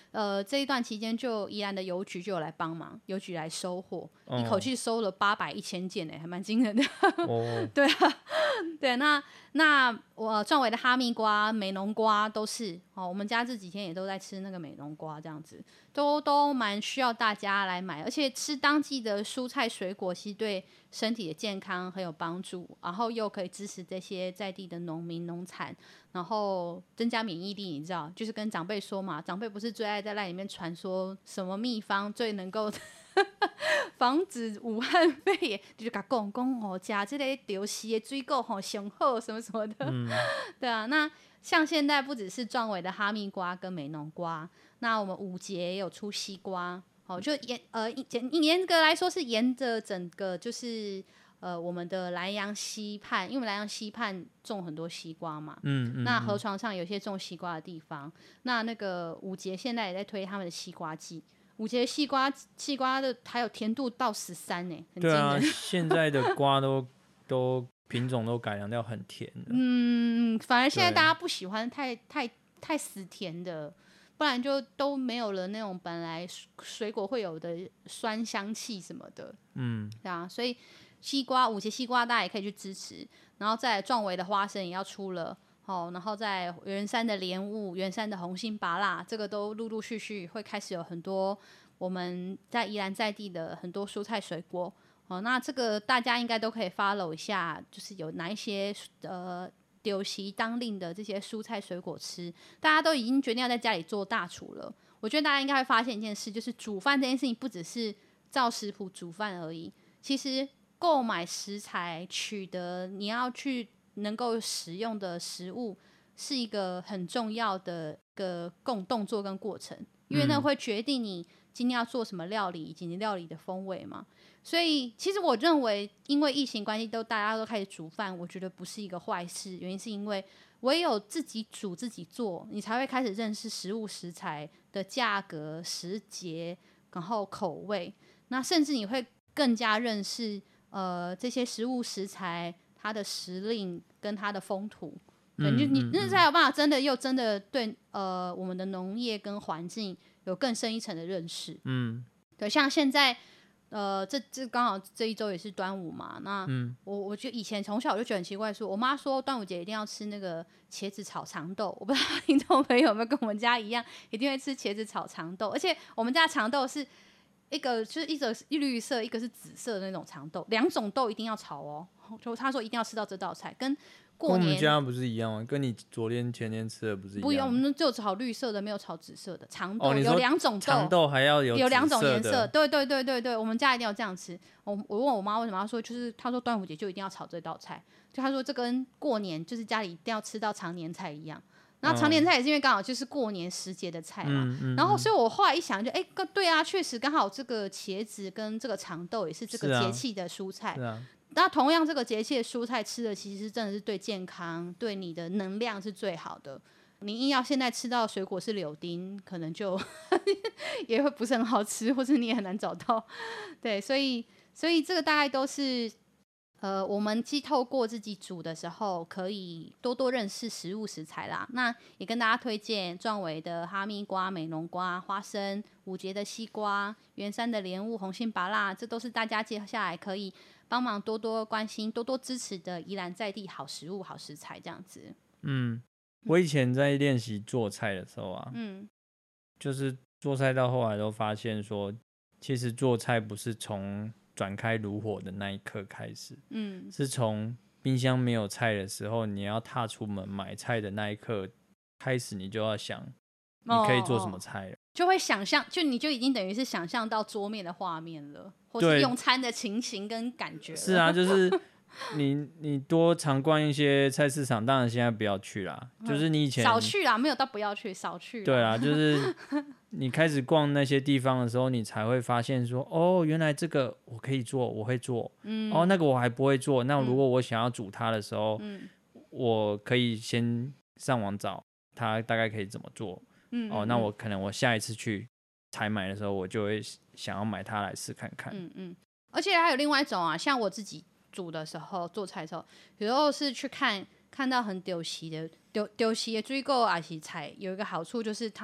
呃，这一段期间就宜兰的邮局就有来帮忙，邮局来收货， 哦、 一口气收了八百一千件哎，还蛮惊人的。 哦， 对啊，对，那那我壮伟的哈密瓜、美浓瓜都是哦，我们家这几天也都在吃那个美浓瓜，这样子都都蛮需要大家来买，而且吃当季的蔬菜水果，其实对身体的健康很有帮助，然后又可以支持这些在地的农民农产，然后增加免疫力。你知道，就是跟长辈说嘛，长辈不是最爱在赖里面传说什么秘方最能够防止武汉肺炎，就是甲讲讲吼，吃这个流息的水果吼上好什么什么的。嗯、对啊，那像现在不只是壮伟的哈密瓜跟美浓瓜，那我们五节也有出西瓜。哦，就严呃严严格来说是沿着整个就是呃我们的南洋溪畔，因为南洋溪畔种很多西瓜嘛，嗯嗯，那河床上有些种西瓜的地方，那那个五节现在也在推他们的西瓜季，五节西瓜西瓜的还有甜度到十三呢，很惊人。对啊， 现在的瓜都都品种都改良掉很甜的， 嗯，反而现在大家不喜欢太太太死甜的。不然就都没有了那种本来水果会有的酸香气什么的，嗯，对啊，所以西瓜五节西瓜大家也可以去支持，然后再来壮伟的花生也要出了，哦，然后在圆山的莲雾、圆山的红心芭乐，这个都陆陆续续会开始有很多我们在宜兰在地的很多蔬菜水果，哦，那这个大家应该都可以 follow 一下，就是有哪一些呃。丢席当令的这些蔬菜水果吃，大家都已经决定要在家里做大厨了。我觉得大家应该会发现一件事，就是煮饭这件事情不只是照食谱煮饭而已，其实购买食材、取得你要去能够使用的食物，是一个很重要的一个共动作跟过程，因为那会决定你今天要做什么料理以及你料理的风味嘛。所以其实我认为因为疫情关系都大家都开始煮饭，我觉得不是一个坏事，原因是因为唯有自己煮自己做，你才会开始认识食物食材的价格、时节，然后口味，那甚至你会更加认识呃这些食物食材它的时令跟它的风土，对，你你那才有办法真的又真的对呃我们的农业跟环境有更深一层的认识。嗯，对，像现在。呃，这这刚好这一周也是端午嘛，那、嗯、我我觉得以前从小我就觉得很奇怪说，说我妈说端午节一定要吃那个茄子炒长豆，我不知道听众朋友有没有跟我们家一样，一定会吃茄子炒长豆，而且我们家的长豆是一个就是一个是绿色，一个是紫色的那种长豆，两种豆一定要炒哦，就他说一定要吃到这道菜，跟过年跟我们家不是一样吗？跟你昨天前天吃的不是一样？ 不一样，我们只有炒绿色的，没有炒紫色的长豆，哦、有两种豆， 长豆还要有有两种颜色，对对对对对，我们家一定要这样吃。我我问我妈为什么，她说就是她说端午节就一定要炒这道菜，就她说这跟过年就是家里一定要吃到常年菜一样。然后常年菜也是因为刚好就是过年时节的菜嘛，嗯嗯、然后所以我后来一想就，就哎，对啊，确实刚好这个茄子跟这个长豆也是这个节气的蔬菜。是啊。那同样，这个节气的蔬菜吃的其实真的是对健康、对你的能量是最好的。你硬要现在吃到水果是柳丁，可能就也会不是很好吃，或者你也很难找到。对，所以所以这个大概都是呃，我们既透过自己煮的时候，可以多多认识食物食材啦。那也跟大家推荐壮伟的哈密瓜、美浓瓜、花生、五节的西瓜、圆山的莲雾、红心芭乐，这都是大家接下来可以帮忙多多关心、多多支持的宜兰在地好食物、好食材这样子。 嗯，我以前在练习做菜的时候啊，嗯，就是做菜到后来都发现说，其实做菜不是从转开炉火的那一刻开始，嗯，是从冰箱没有菜的时候，你要踏出门买菜的那一刻开始，你就要想你可以做什么菜了，哦哦就会想象，就你就已经等于是想象到桌面的画面了，或是用餐的情形跟感觉了。 是啊，就是你你多常逛一些菜市场，当然现在不要去啦，嗯、就是你以前少去啦，没有到不要去，少去啦。 对啊，就是你开始逛那些地方的时候，你才会发现说，哦，原来这个我可以做，我会做，嗯，哦，那个我还不会做，那如果我想要煮它的时候，嗯，我可以先上网找它大概可以怎么做，嗯，哦，那我可能我下一次去采买的时候，我就会想要买它来试看看， 嗯嗯，而且还有另外一种啊，像我自己煮的时候，做菜的时候，有时候是去看看到很丢席的丢丢席的水果还是菜，有一个好处就是它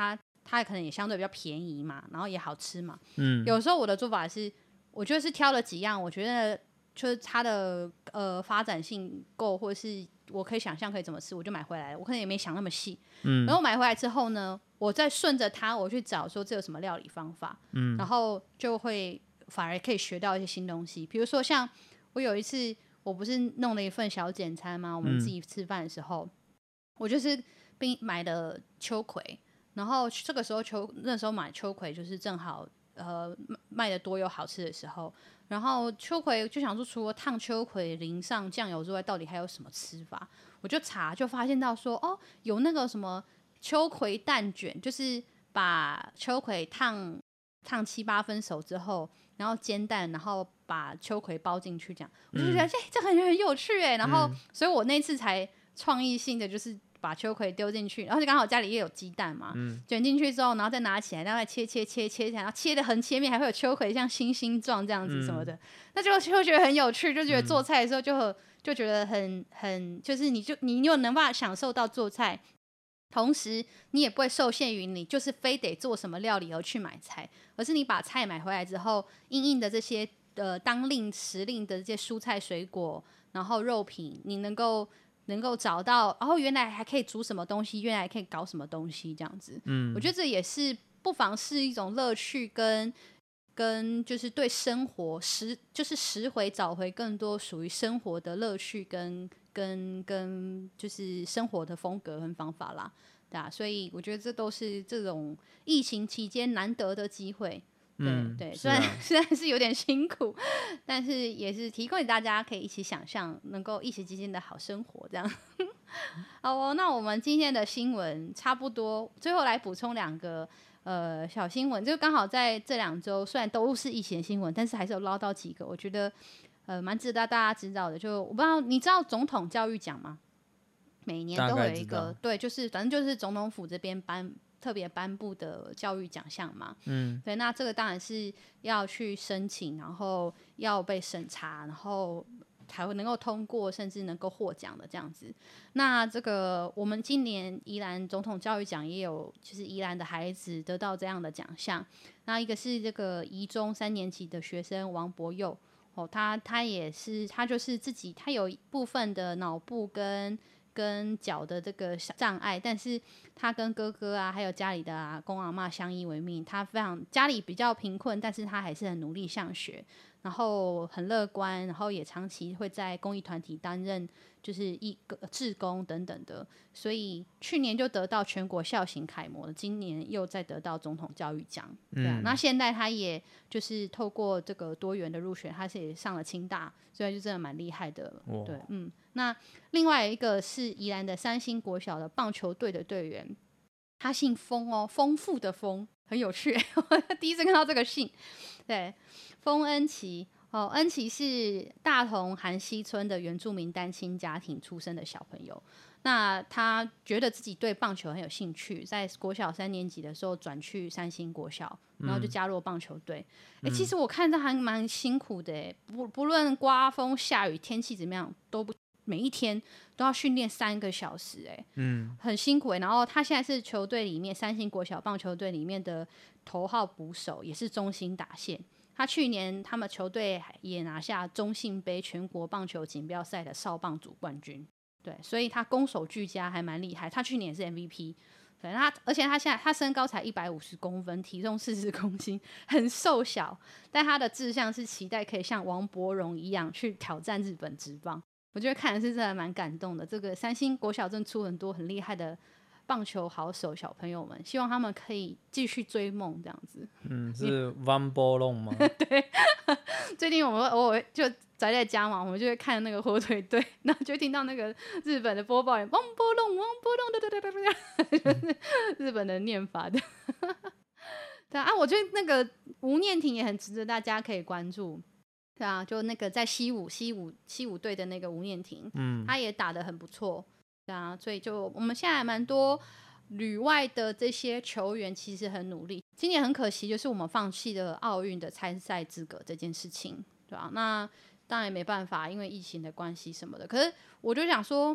它可能也相对比较便宜嘛，然后也好吃嘛。 嗯， 有时候我的做法是，我觉得是挑了几样，我觉得就是它的呃发展性够，或者是我可以想象可以怎么吃，我就买回来了。我可能也没想那么细。嗯，然后买回来之后呢，我再顺着它我去找说这有什么料理方法。嗯，然后就会反而可以学到一些新东西。比如说像我有一次，我不是弄了一份小简餐吗？我们自己吃饭的时候，嗯、我就是并买了秋葵，然后这个时候秋那时候买秋葵就是正好呃卖的多又好吃的时候，然后秋葵就想说，除了烫秋葵淋上酱油之外，到底还有什么吃法？我就查，就发现到说，哦，有那个什么秋葵蛋卷，就是把秋葵烫烫七八分熟之后，然后煎蛋，然后把秋葵包进去，这样我就觉得哎、嗯欸，这很很有趣哎。然后，嗯、所以我那次才创意性的就是把秋葵丢进去，然后就刚好家里也有鸡蛋嘛，嗯、卷进去之后，然后再拿起来，然后再切切切切起来，然后切的横切面还会有秋葵像星星状这样子什么的，嗯、那就就觉得很有趣，就觉得做菜的时候就很就觉得很很就是你就你又能办法享受到做菜。同时，你也不会受限于你就是非得做什么料理而去买菜，而是你把菜买回来之后，因应的这些呃当令时令的这些蔬菜水果，然后肉品，你能够能够找到，然后原来还可以煮什么东西，原来还可以搞什么东西，这样子。嗯，我觉得这也是不妨是一种乐趣跟跟就是对生活拾就是拾回找回更多属于生活的乐趣跟。跟跟就是生活的风格跟方法啦，对啊，所以我觉得这都是这种疫情期间难得的机会，对、嗯、对，虽然、啊、虽然是有点辛苦，但是也是提供给大家可以一起想象，能够一起之间的好生活这样。好哦，那我们今天的新闻差不多，最后来补充两个呃小新闻，就刚好在这两周，虽然都是疫情新闻，但是还是有捞到几个，我觉得。呃，蛮值得大家知道的，就我不知道你知道总统教育奖吗？每年都会有一个，对，就是反正就是总统府这边颁特别颁布的教育奖项嘛。嗯，对，那这个当然是要去申请，然后要被审查，然后才会能够通过，甚至能够获奖的这样子。那这个我们今年宜兰总统教育奖也有，就是宜兰的孩子得到这样的奖项。那一个是这个宜中三年级的学生王博佑。哦，他他也是，他就是自己，他有一部分的脑部跟跟脚的这个障碍，但是他跟哥哥啊，还有家里的阿公阿嬷相依为命。他非常家里比较贫困，但是他还是很努力上学，然后很乐观，然后也长期会在公益团体担任就是一个志工等等的，所以去年就得到全国孝行楷模，今年又再得到总统教育奖，对啊。嗯、那现在他也就是透过这个多元的入学，他是也上了清大，所以就真的蛮厉害的。对，嗯。那另外一个是宜兰的三星国小的棒球队的队员，他姓丰哦，丰富的丰，很有趣。我第一次看到这个姓，对，丰恩琪。哦，恩琪是大同韩溪村的原住民单亲家庭出生的小朋友。那他觉得自己对棒球很有兴趣，在国小三年级的时候转去三星国小，然后就加入棒球队。嗯欸、其实我看他还蛮辛苦的，不不论刮风下雨天气怎么样，都不每一天都要训练三个小时，哎，嗯，很辛苦。然后他现在是球队里面三星国小棒球队里面的头号捕手，也是中心打线。他去年他们球队也拿下中信杯全国棒球锦标赛的少棒组冠军，对，所以他攻守俱佳，还蛮厉害。他去年也是 M V P， 对，他而且他现在他身高才一百五十公分，体重四十公斤，很瘦小，但他的志向是期待可以像王柏荣一样去挑战日本职棒。我觉得看的是真的蛮感动的。这个三星国小正出很多很厉害的棒球好手小朋友们，希望他们可以继续追梦这样子。 嗯，是王柏荣吗？ 对，最近我们偶尔就宅在家嘛，我们就会看那个火腿队，然后就听到那个日本的播报员王柏荣，王柏荣，对对对对对，就是日本的念法的。对啊，我觉得那个吴念婷也很值得大家可以关注。对啊，就那个在西武西武西武队的那个吴念婷，嗯，他也打得很不错。对啊，所以就我们现在还蛮多旅外的这些球员其实很努力。今年很可惜，就是我们放弃了奥运的参赛资格这件事情，对啊，那当然没办法，因为疫情的关系什么的。可是我就想说，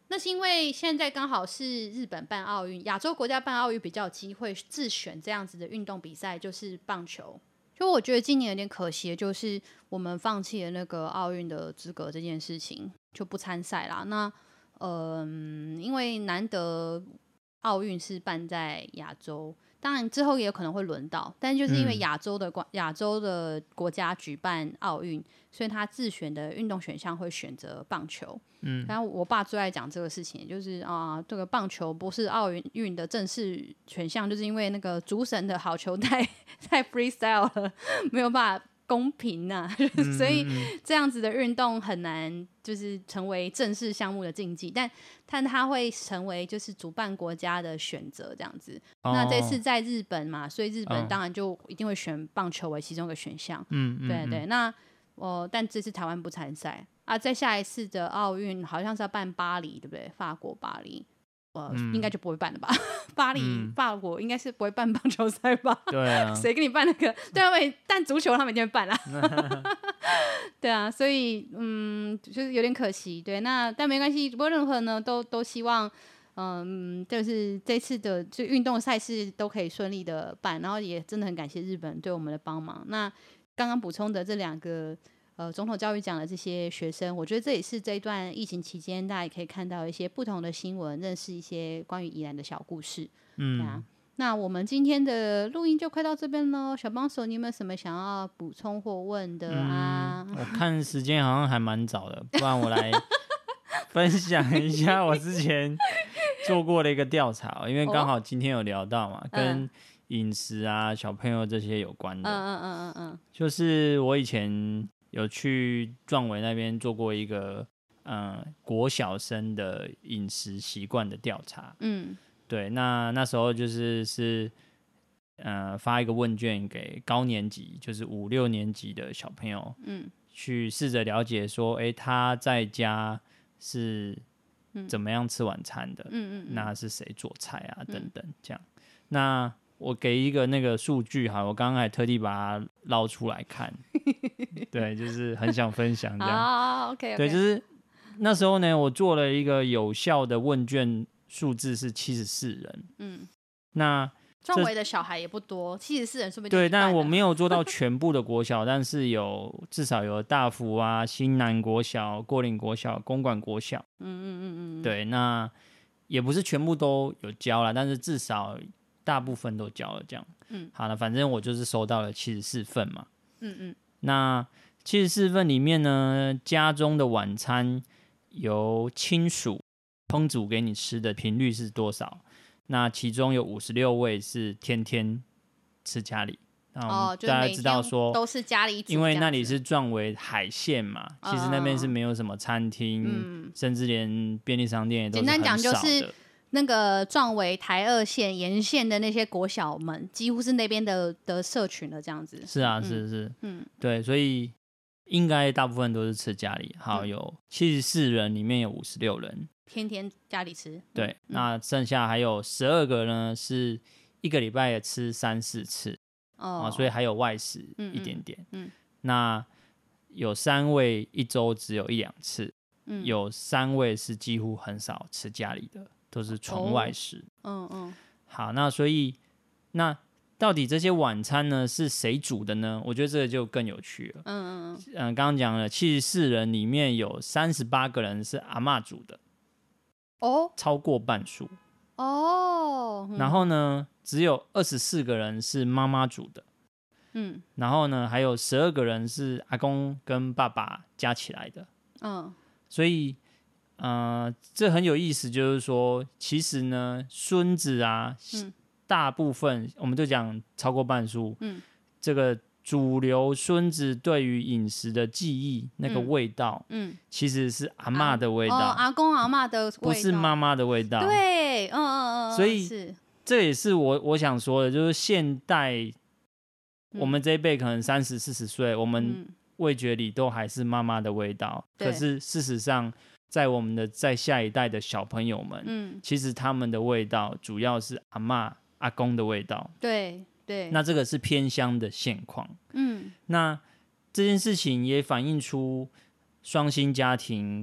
那是因为现在刚好是日本办奥运，亚洲国家办奥运比较有机会自选这样子的运动比赛，就是棒球。就我觉得今年有点可惜的就是我们放弃了那个奥运的资格这件事情，就不参赛啦。那嗯，因为难得奥运是办在亚洲，当然之后也有可能会轮到，但就是因为亚洲的亚、嗯、洲的国家举办奥运，所以他自选的运动选项会选择棒球。嗯，然后我爸最爱讲这个事情，就是啊，这个棒球不是奥运的正式选项，就是因为那个主审的好球太太 freestyle 了，没有办法公平呐、啊，嗯、所以这样子的运动很难就是成为正式项目的竞技，但但它会成为就是主办国家的选择这样子。哦、那这次在日本嘛，所以日本当然就一定会选棒球为其中一个选项。嗯，对对。那哦，但这次台湾不参赛啊，在下一次的奥运好像是要办巴黎，对不对？法国巴黎。呃，嗯、应该就不会办了吧？巴黎、嗯、法国应该是不会办棒球赛吧？ 对啊， 谁给你办那个？对啊，但足球他们一定会办啦。对啊，所以嗯，就是有点可惜。对，那但没关系，不过任何呢，都都希望，嗯，就是这次的就运动赛事都可以顺利的办，然后也真的很感谢日本对我们的帮忙。那刚刚补充的这两个。呃，总统教育奖的这些学生，我觉得这也是这一段疫情期间，大家也可以看到一些不同的新闻，认识一些关于宜兰的小故事。嗯，对啊。那我们今天的录音就快到这边喽，小帮手，你有没有什么想要补充或问的啊？ 嗯、我看时间好像还蛮早的，不然我来分享一下我之前做过的一个调查，因为刚好今天有聊到嘛，哦、跟饮食啊、小朋友这些有关的。嗯嗯嗯嗯嗯，就是我以前。有去壮伟那边做过一个呃国小生的饮食习惯的调查，嗯，对，那那时候就是是呃发一个问卷给高年级，就是五六年级的小朋友，嗯，去试着了解说，哎、欸，他在家是怎么样吃晚餐的，嗯嗯，那是谁做菜啊，等等，这样，那。我给一个那个数据哈，我刚刚还特地把它捞出来看，对，就是很想分享这样。 啊、oh, ，OK， 对，就是那时候呢，我做了一个有效的问卷，数字是七十四人。嗯，那壮伟的小孩也不多，七十四人说不定对，但我没有做到全部的国小，但是有至少有大福啊、新南国小、过岭国小、公馆国小。嗯嗯嗯嗯，对，那也不是全部都有教啦，但是至少。大部分都交了，这样，嗯，好了，反正我就是收到了七十四份嘛，嗯嗯，那七十四份里面呢，家中的晚餐由亲属烹煮给你吃的频率是多少？那其中有五十六位是天天吃家里， 哦， 大家知道说都是家里煮， 因为那里是壮为海线嘛，其实那边是没有什么餐厅，嗯，甚至连便利商店也都是很少的。简单讲就是。 那个壮围台二线沿线的那些国小们，几乎是那边的的社群了，这样子。 是啊，是是，嗯，对，所以应该大部分都是吃家里。好，有七十四人，里面有五十六人天天家里吃。 对，嗯、那剩下还有十二个呢，是一个礼拜也吃三四次。哦、啊，所以还有外食一点点。嗯，嗯那有三位一周只有一两次，嗯，有三位是几乎很少吃家里的。都是纯外食，哦、嗯嗯，好，那所以那到底这些晚餐呢是谁煮的呢？我觉得这个就更有趣了，嗯嗯嗯，嗯，刚刚讲了七十四人里面有三十八个人是阿嬷煮的，哦，超过半数，哦、嗯，然后呢，只有二十四个人是妈妈煮的，嗯，然后呢，还有十二个人是阿公跟爸爸加起来的，嗯，所以。呃，这很有意思，就是说，其实呢，孙子啊，嗯、大部分我们就讲超过半数，嗯，这个主流孙子对于饮食的记忆，那个味道，嗯，其实是阿嬷的味道，啊哦、阿公阿嬷的味道， 不是妈妈的味道， 对，嗯嗯嗯， 所以是这也是我我想说的，就是现代、嗯、我们这一辈可能三十四十岁，我们味觉里都还是妈妈的味道，可是事实上。在我们的在下一代的小朋友们，嗯，其实他们的味道主要是阿嬷阿公的味道， 对对。 那这个是偏乡的现况，嗯。那这件事情也反映出双薪家庭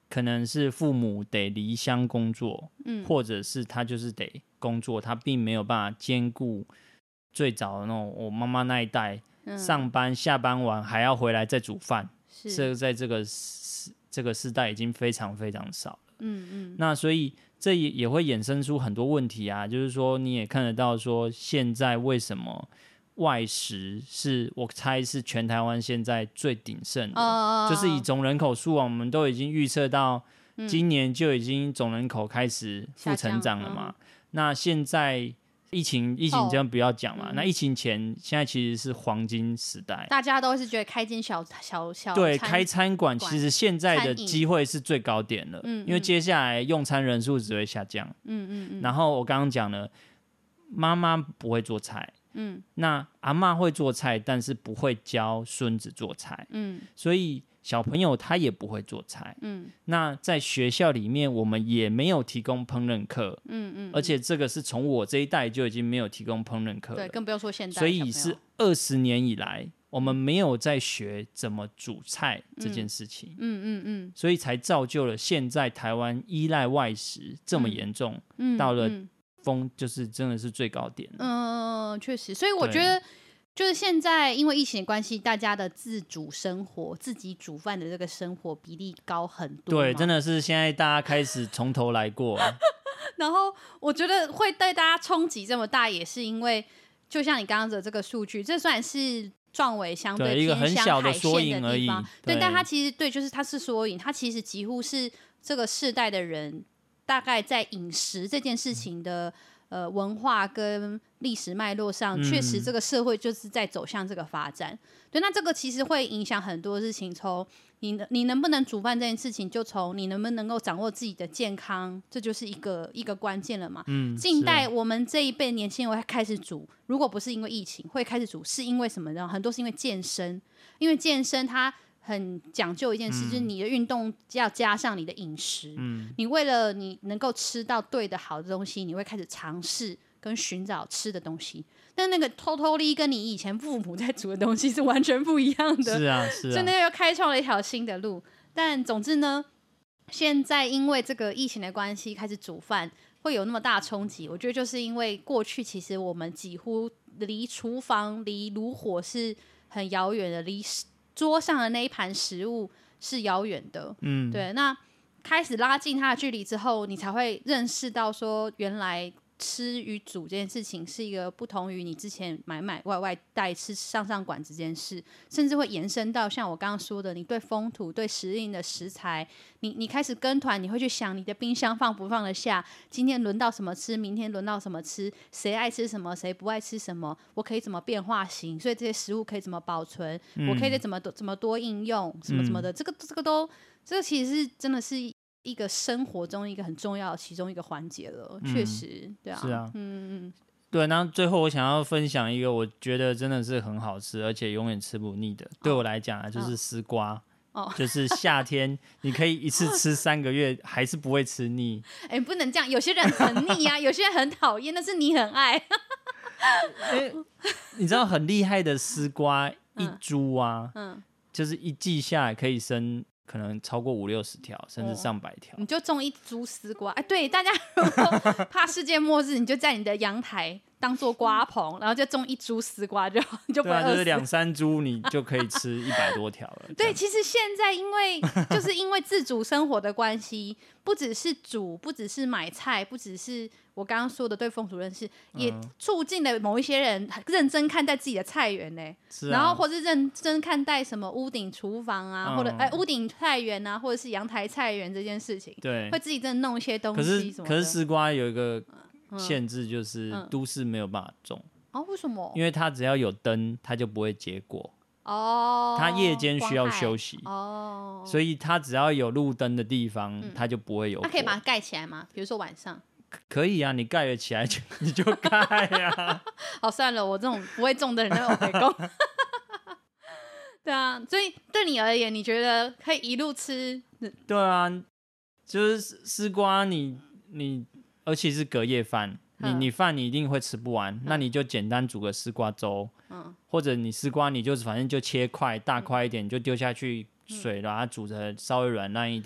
可能是父母得离乡工作， 嗯， 或者是他就是得工作，他并没有办法兼顾最早的那种我妈妈那一代、嗯、上班下班完还要回来再煮饭，这在这个这个世代已经非常非常少了。 嗯嗯， 那所以这也也会衍生出很多问题啊，就是说你也看得到说现在为什么外食是我猜是全台湾现在最鼎盛的，哦、就是以总人口数啊，我们都已经预测到今年就已经总人口开始负成长了嘛。嗯、那现在疫情疫情这样不要讲嘛、哦嗯，那疫情前现在其实是黄金时代， 大家都是觉得开间小小小对开餐馆，其实现在的机会是最高点了，嗯、因为接下来用餐人数只会下降。嗯嗯嗯。然后我刚刚讲了，妈妈不会做菜。嗯，那阿嬷会做菜，但是不会教孙子做菜，嗯，所以小朋友他也不会做菜，嗯，那在学校里面我们也没有提供烹饪课，嗯嗯，而且这个是从我这一代就已经没有提供烹饪课了， 对，更不用说现在， 所以是二十年以来我们没有在学怎么煮菜这件事情，嗯嗯 嗯, 嗯，所以才造就了现在台湾依赖外食这么严重，嗯，到了。嗯风就是真的是最高点， 嗯，确实，所以我觉得就是现在因为疫情的关系，大家的自主生活、自己煮饭的这个生活比例高很多。 对，真的是现在大家开始从头来过。 然后我觉得会对大家冲击这么大，也是因为就像你刚刚的这个数据，这算是壮围相对偏乡海线的地方，对，对，但它其实对，就是它是缩影，它其实几乎是这个世代的人。大概在饮食这件事情的呃文化跟历史脉络上，确、嗯、实这个社会就是在走向这个发展。对，那这个其实会影响很多事情，从你你能不能煮饭这件事情，就从你能不能够掌握自己的健康，这就是一个一个关键了嘛。嗯，近代我们这一辈年轻人会开始煮，如果不是因为疫情会开始煮，是因为什么呢？很多是因为健身，因为健身它。很讲究一件事、嗯、就是你的运动要加上你的饮食、嗯、你为了你能够吃到对的好的东西，你会开始尝试跟寻找吃的东西，但那个 totally 跟你以前父母在煮的东西是完全不一样的， 是啊是啊， 所以那个又开创了一条新的路。但总之呢，现在因为这个疫情的关系开始煮饭会有那么大冲击，我觉得就是因为过去其实我们几乎离厨房离炉火是很遥远的，离桌上的那一盘食物是遥远的，嗯，对。那开始拉近它的距离之后，你才会认识到说，原来吃与煮这件事情是一个不同于你之前买买外外带吃上上馆这件事，甚至会延伸到像我刚刚说的，你对风土、对时令的食材，你你开始跟团，你会去想你的冰箱放不放得下，今天轮到什么吃，明天轮到什么吃，谁爱吃什么，谁不爱吃什么，我可以怎么变化型，所以这些食物可以怎么保存，嗯、我可以怎么怎么多应用，什么什么的，嗯、这个这个都，这个其实是真的是。一个生活中一个很重要的其中一个环节了，确、嗯、实，对啊， 是啊， 嗯嗯， 对。那最后我想要分享一个，我觉得真的是很好吃，而且永远吃不腻的。哦、对我来讲啊，就是丝瓜，哦，就是夏天你可以一次吃三个月，还是不会吃腻。 哎、欸，不能这样，有些人很腻啊，有些人很讨厌，但是你很爱。 欸、你知道很厉害的丝瓜一株啊，嗯，嗯就是一季下来可以生。可能超过五六十条，甚至上百条、哦。 你就种一株丝瓜，哎，对，大家如果怕世界末日，你就在你的阳台当做瓜棚，然后就种一株丝瓜就好，你就不会饿死。 对啊，就是两三株，你就可以吃一百多条了。 对，其实现在因为就是因为自主生活的关系，不只是煮，不只是买菜，不只是我刚刚说的对风土认识，也促进了某一些人认真看待自己的菜园呢、欸啊。然后或是认真看待什么屋顶厨房啊，嗯、或者哎屋顶菜园啊，或者是阳台菜园这件事情， 对， 会自己真的弄一些东西什么的。 可是可是丝瓜有一个限制，就是都市没有办法种。 哦，为什么？ 因为它只要有灯，它就不会结果。 哦， 它夜间需要休息哦，所以它只要有路灯的地方，嗯、它就不会有果。 那可以把它盖起来吗？比如说晚上。 可以啊，你盖了起来就你就盖啊。 好，算了，我这种不会种的人都没功。对啊，所以对你而言，你觉得可以一路吃？ 对啊，就是丝瓜你，你你，而且是隔夜饭。你你饭你一定会吃不完，嗯、那你就简单煮个丝瓜粥，嗯、或者你丝瓜你就反正就切块大块一点，嗯、就丢下去水，把它煮成稍微软烂一点，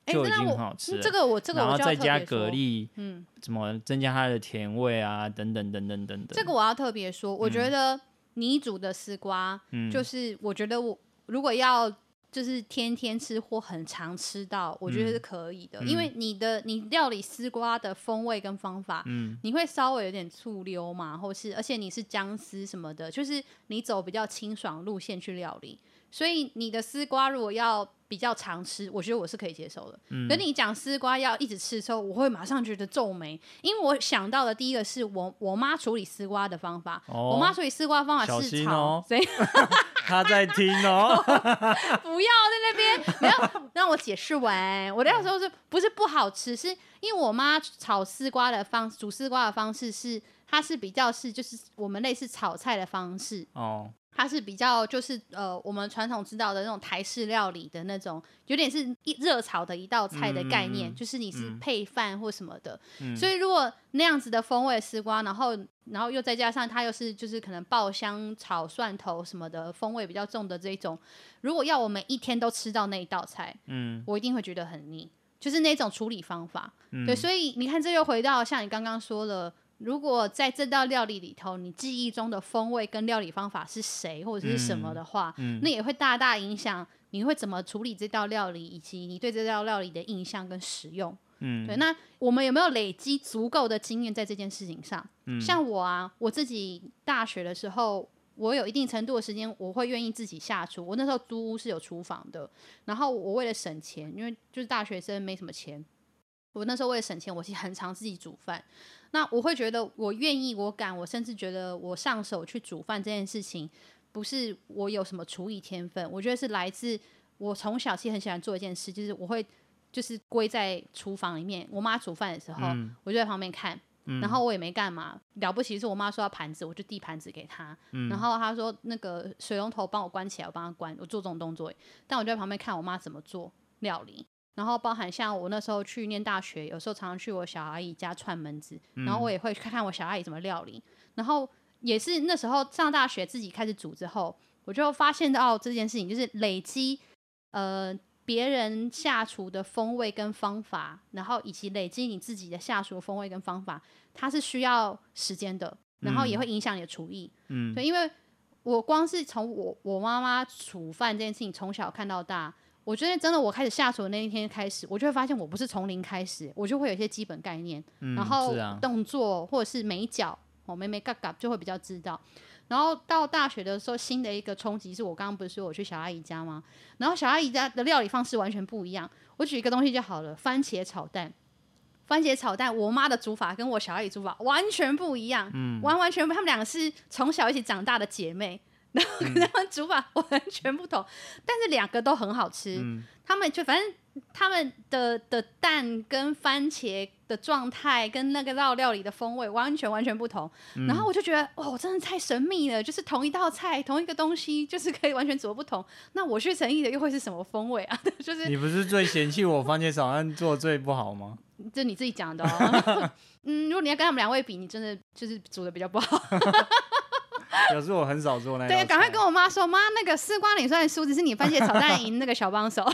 就已经很好吃了。 这个我这个我然后再加蛤蜊，嗯，怎么增加它的甜味啊，等等等等等等。 这个我要特别说，我觉得你煮的丝瓜，嗯，就是我觉得我如果要就是天天吃或很常吃到，我觉得是可以的，嗯、因为你的你料理丝瓜的风味跟方法，嗯，你会稍微有点醋溜嘛，或是而且你是姜丝什么的，就是你走比较清爽路线去料理。所以你的丝瓜如果要比较常吃，我觉得我是可以接受的。嗯，可你讲丝瓜要一直吃的时候，我会马上觉得皱眉，因为我想到的第一个是我我妈处理丝瓜的方法。哦、我妈处理丝瓜的方法是炒， 哦、所以她在听哦。 不要在那边，没有让我解释完。我那时候是不是不好吃？是因为我妈炒丝瓜的方煮丝瓜的方式是，它是比较是就是我们类似炒菜的方式哦。它是比较就是呃，我们传统知道的那种台式料理的那种，有点是热炒的一道菜的概念，嗯、就是你是配饭或什么的。嗯、所以如果那样子的风味丝瓜，然后然后又再加上它又是就是可能爆香炒蒜头什么的风味比较重的这种，如果要我们一天都吃到那一道菜，嗯，我一定会觉得很腻。就是那种处理方法，嗯、对，所以你看，这又回到像你刚刚说的。如果在这道料理里头，你记忆中的风味跟料理方法是谁或者是什么的话，嗯嗯、那也会大大影响你会怎么处理这道料理，以及你对这道料理的印象跟使用。嗯，对。那我们有没有累积足够的经验在这件事情上？嗯、像我啊，我自己大学的时候，我有一定程度的时间，我会愿意自己下厨。我那时候租屋是有厨房的，然后我为了省钱，因为就是大学生没什么钱。我那时候为了省钱，我其实很常自己煮饭。那我会觉得我愿意，我敢，我甚至觉得我上手去煮饭这件事情，不是我有什么厨艺天分，我觉得是来自我从小其实很喜欢做一件事，就是我会就是归在厨房里面，我妈煮饭的时候，嗯、我就在旁边看。嗯、然后我也没干嘛，了不起是我妈说要盘子，我就递盘子给她。嗯、然后她说那个水龙头帮我关起来，我帮她关，我做这种动作。但我就在旁边看我妈怎么做料理。然后包含像我那时候去念大学，有时候常常去我小阿姨家串门子，然后我也会看看我小阿姨怎么料理。然后也是那时候上大学自己开始煮之后，我就发现到这件事情，就是累积呃别人下厨的风味跟方法，然后以及累积你自己的下厨的风味跟方法，它是需要时间的，然后也会影响你的厨艺。嗯，对，因为我光是从我我妈妈煮饭这件事情从小看到大。我觉得真的，我开始下厨的那一天开始，我就会发现我不是从零开始，我就会有一些基本概念，嗯、然后动作或者是眉角哦，眉眉嘎嘎就会比较知道。然后到大学的时候，新的一个冲击是我刚刚不是说我去小阿姨家吗？然后小阿姨家的料理方式完全不一样。我举一个东西就好了，番茄炒蛋。番茄炒蛋，我妈的煮法跟我小阿姨煮法完全不一样，嗯、完完全不，他们两个是从小一起长大的姐妹。然后他们煮法完全不同，但是两个都很好吃。嗯、他们就反正他们的的蛋跟番茄的状态跟那个道料理的风味完全完全不同。嗯、然后我就觉得哦，真的太神秘了，就是同一道菜同一个东西，就是可以完全煮不同。那我去诚意的又会是什么风味啊？就是你不是最嫌弃我番茄炒蛋做最不好吗？ 这你自己讲的哦。嗯，如果你要跟他们两位比，你真的就是煮的比较不好。 表示我很少做那道菜。 对，赶快跟我妈说，妈，那个丝瓜你算的数字是你番茄炒蛋赢那个小帮手。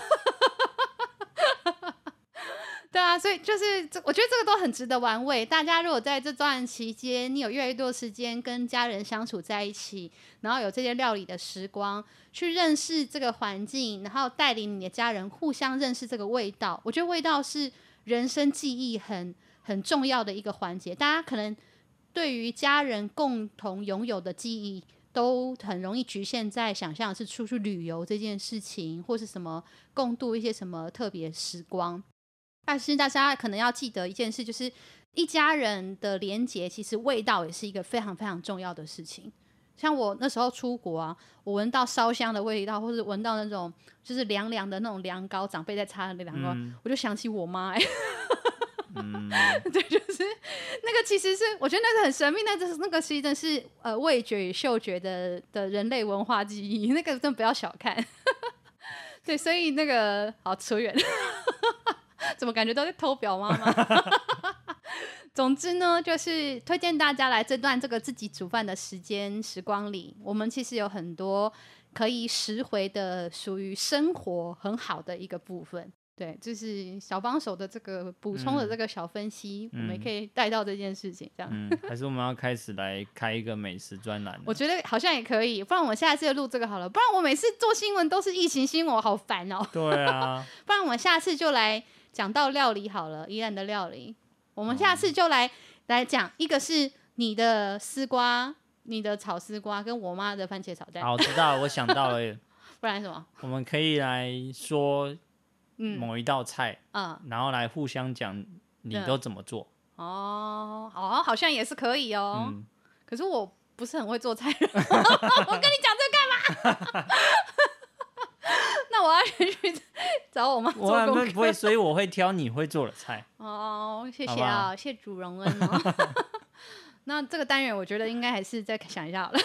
对啊，所以就是我觉得这个都很值得玩味。大家如果在这段期间，你有越来越多时间跟家人相处在一起，然后有这些料理的时光，去认识这个环境，然后带领你的家人互相认识这个味道。我觉得味道是人生记忆很很重要的一个环节。大家可能对于家人共同拥有的记忆，都很容易局限在想象是出去旅游这件事情，或是什么共度一些什么特别时光。但是大家可能要记得一件事，就是一家人的连结，其实味道也是一个非常非常重要的事情。像我那时候出国啊，我闻到烧香的味道，或是闻到那种就是凉凉的那种凉糕，长辈在擦的那凉糕，嗯、我就想起我妈、欸。嗯、对，就是那个，其实是我觉得那是很神秘，那就是那个其实真的是呃味觉与嗅觉的的人类文化记忆，那个真的不要小看。对，所以那个好扯远，怎么感觉都在偷表妈妈？总之呢，就是推荐大家来这段这个自己煮饭的时间时光里，我们其实有很多可以拾回的属于生活很好的一个部分。 对，就是小帮手的这个补充的这个小分析，嗯、我们也可以带到这件事情，这样。 嗯，还是我们要开始来开一个美食专栏？ 我觉得好像也可以，不然我们下次就录这个好了。不然我每次做新闻都是疫情新闻，我好烦哦。 对啊。 不然我们下次就来讲到料理好了，宜兰的料理。我们下次就来、哦、来讲，一个是你的丝瓜，你的炒丝瓜，跟我妈的番茄炒蛋。 好，知道了，我想到了。 不然什么？ 我们可以来说某一道菜，嗯，然后来互相讲你都怎么做。 嗯、哦，好，好像也是可以哦。嗯、可是我不是很会做菜人，我跟你讲这干嘛？那我要去找我妈做功课。 我不会，所以我会挑你会做的菜。 哦，谢谢啊，谢谢主荣恩哦。那这个单元我觉得应该还是再想一下好了。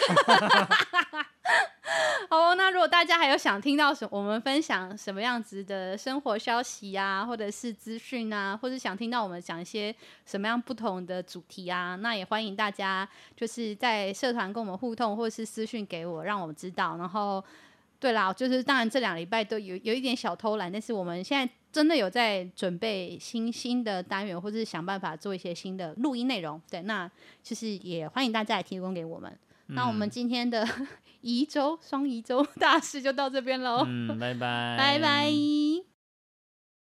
好，那如果大家还有想听到什我们分享什么样子的生活消息啊，或者是资讯啊，或者想听到我们讲一些什么样不同的主题啊，那也欢迎大家就是在社团跟我们互动，或者是私讯给我，让我们知道。然后对啦，就是当然这两礼拜都有有一点小偷懒，但是我们现在真的有在准备新新的单元，或者是想办法做一些新的录音内容。对，那就是也欢迎大家来提供给我们。嗯、那我们今天的宜州双宜州大事就到这边喽。 嗯，拜拜， 拜拜。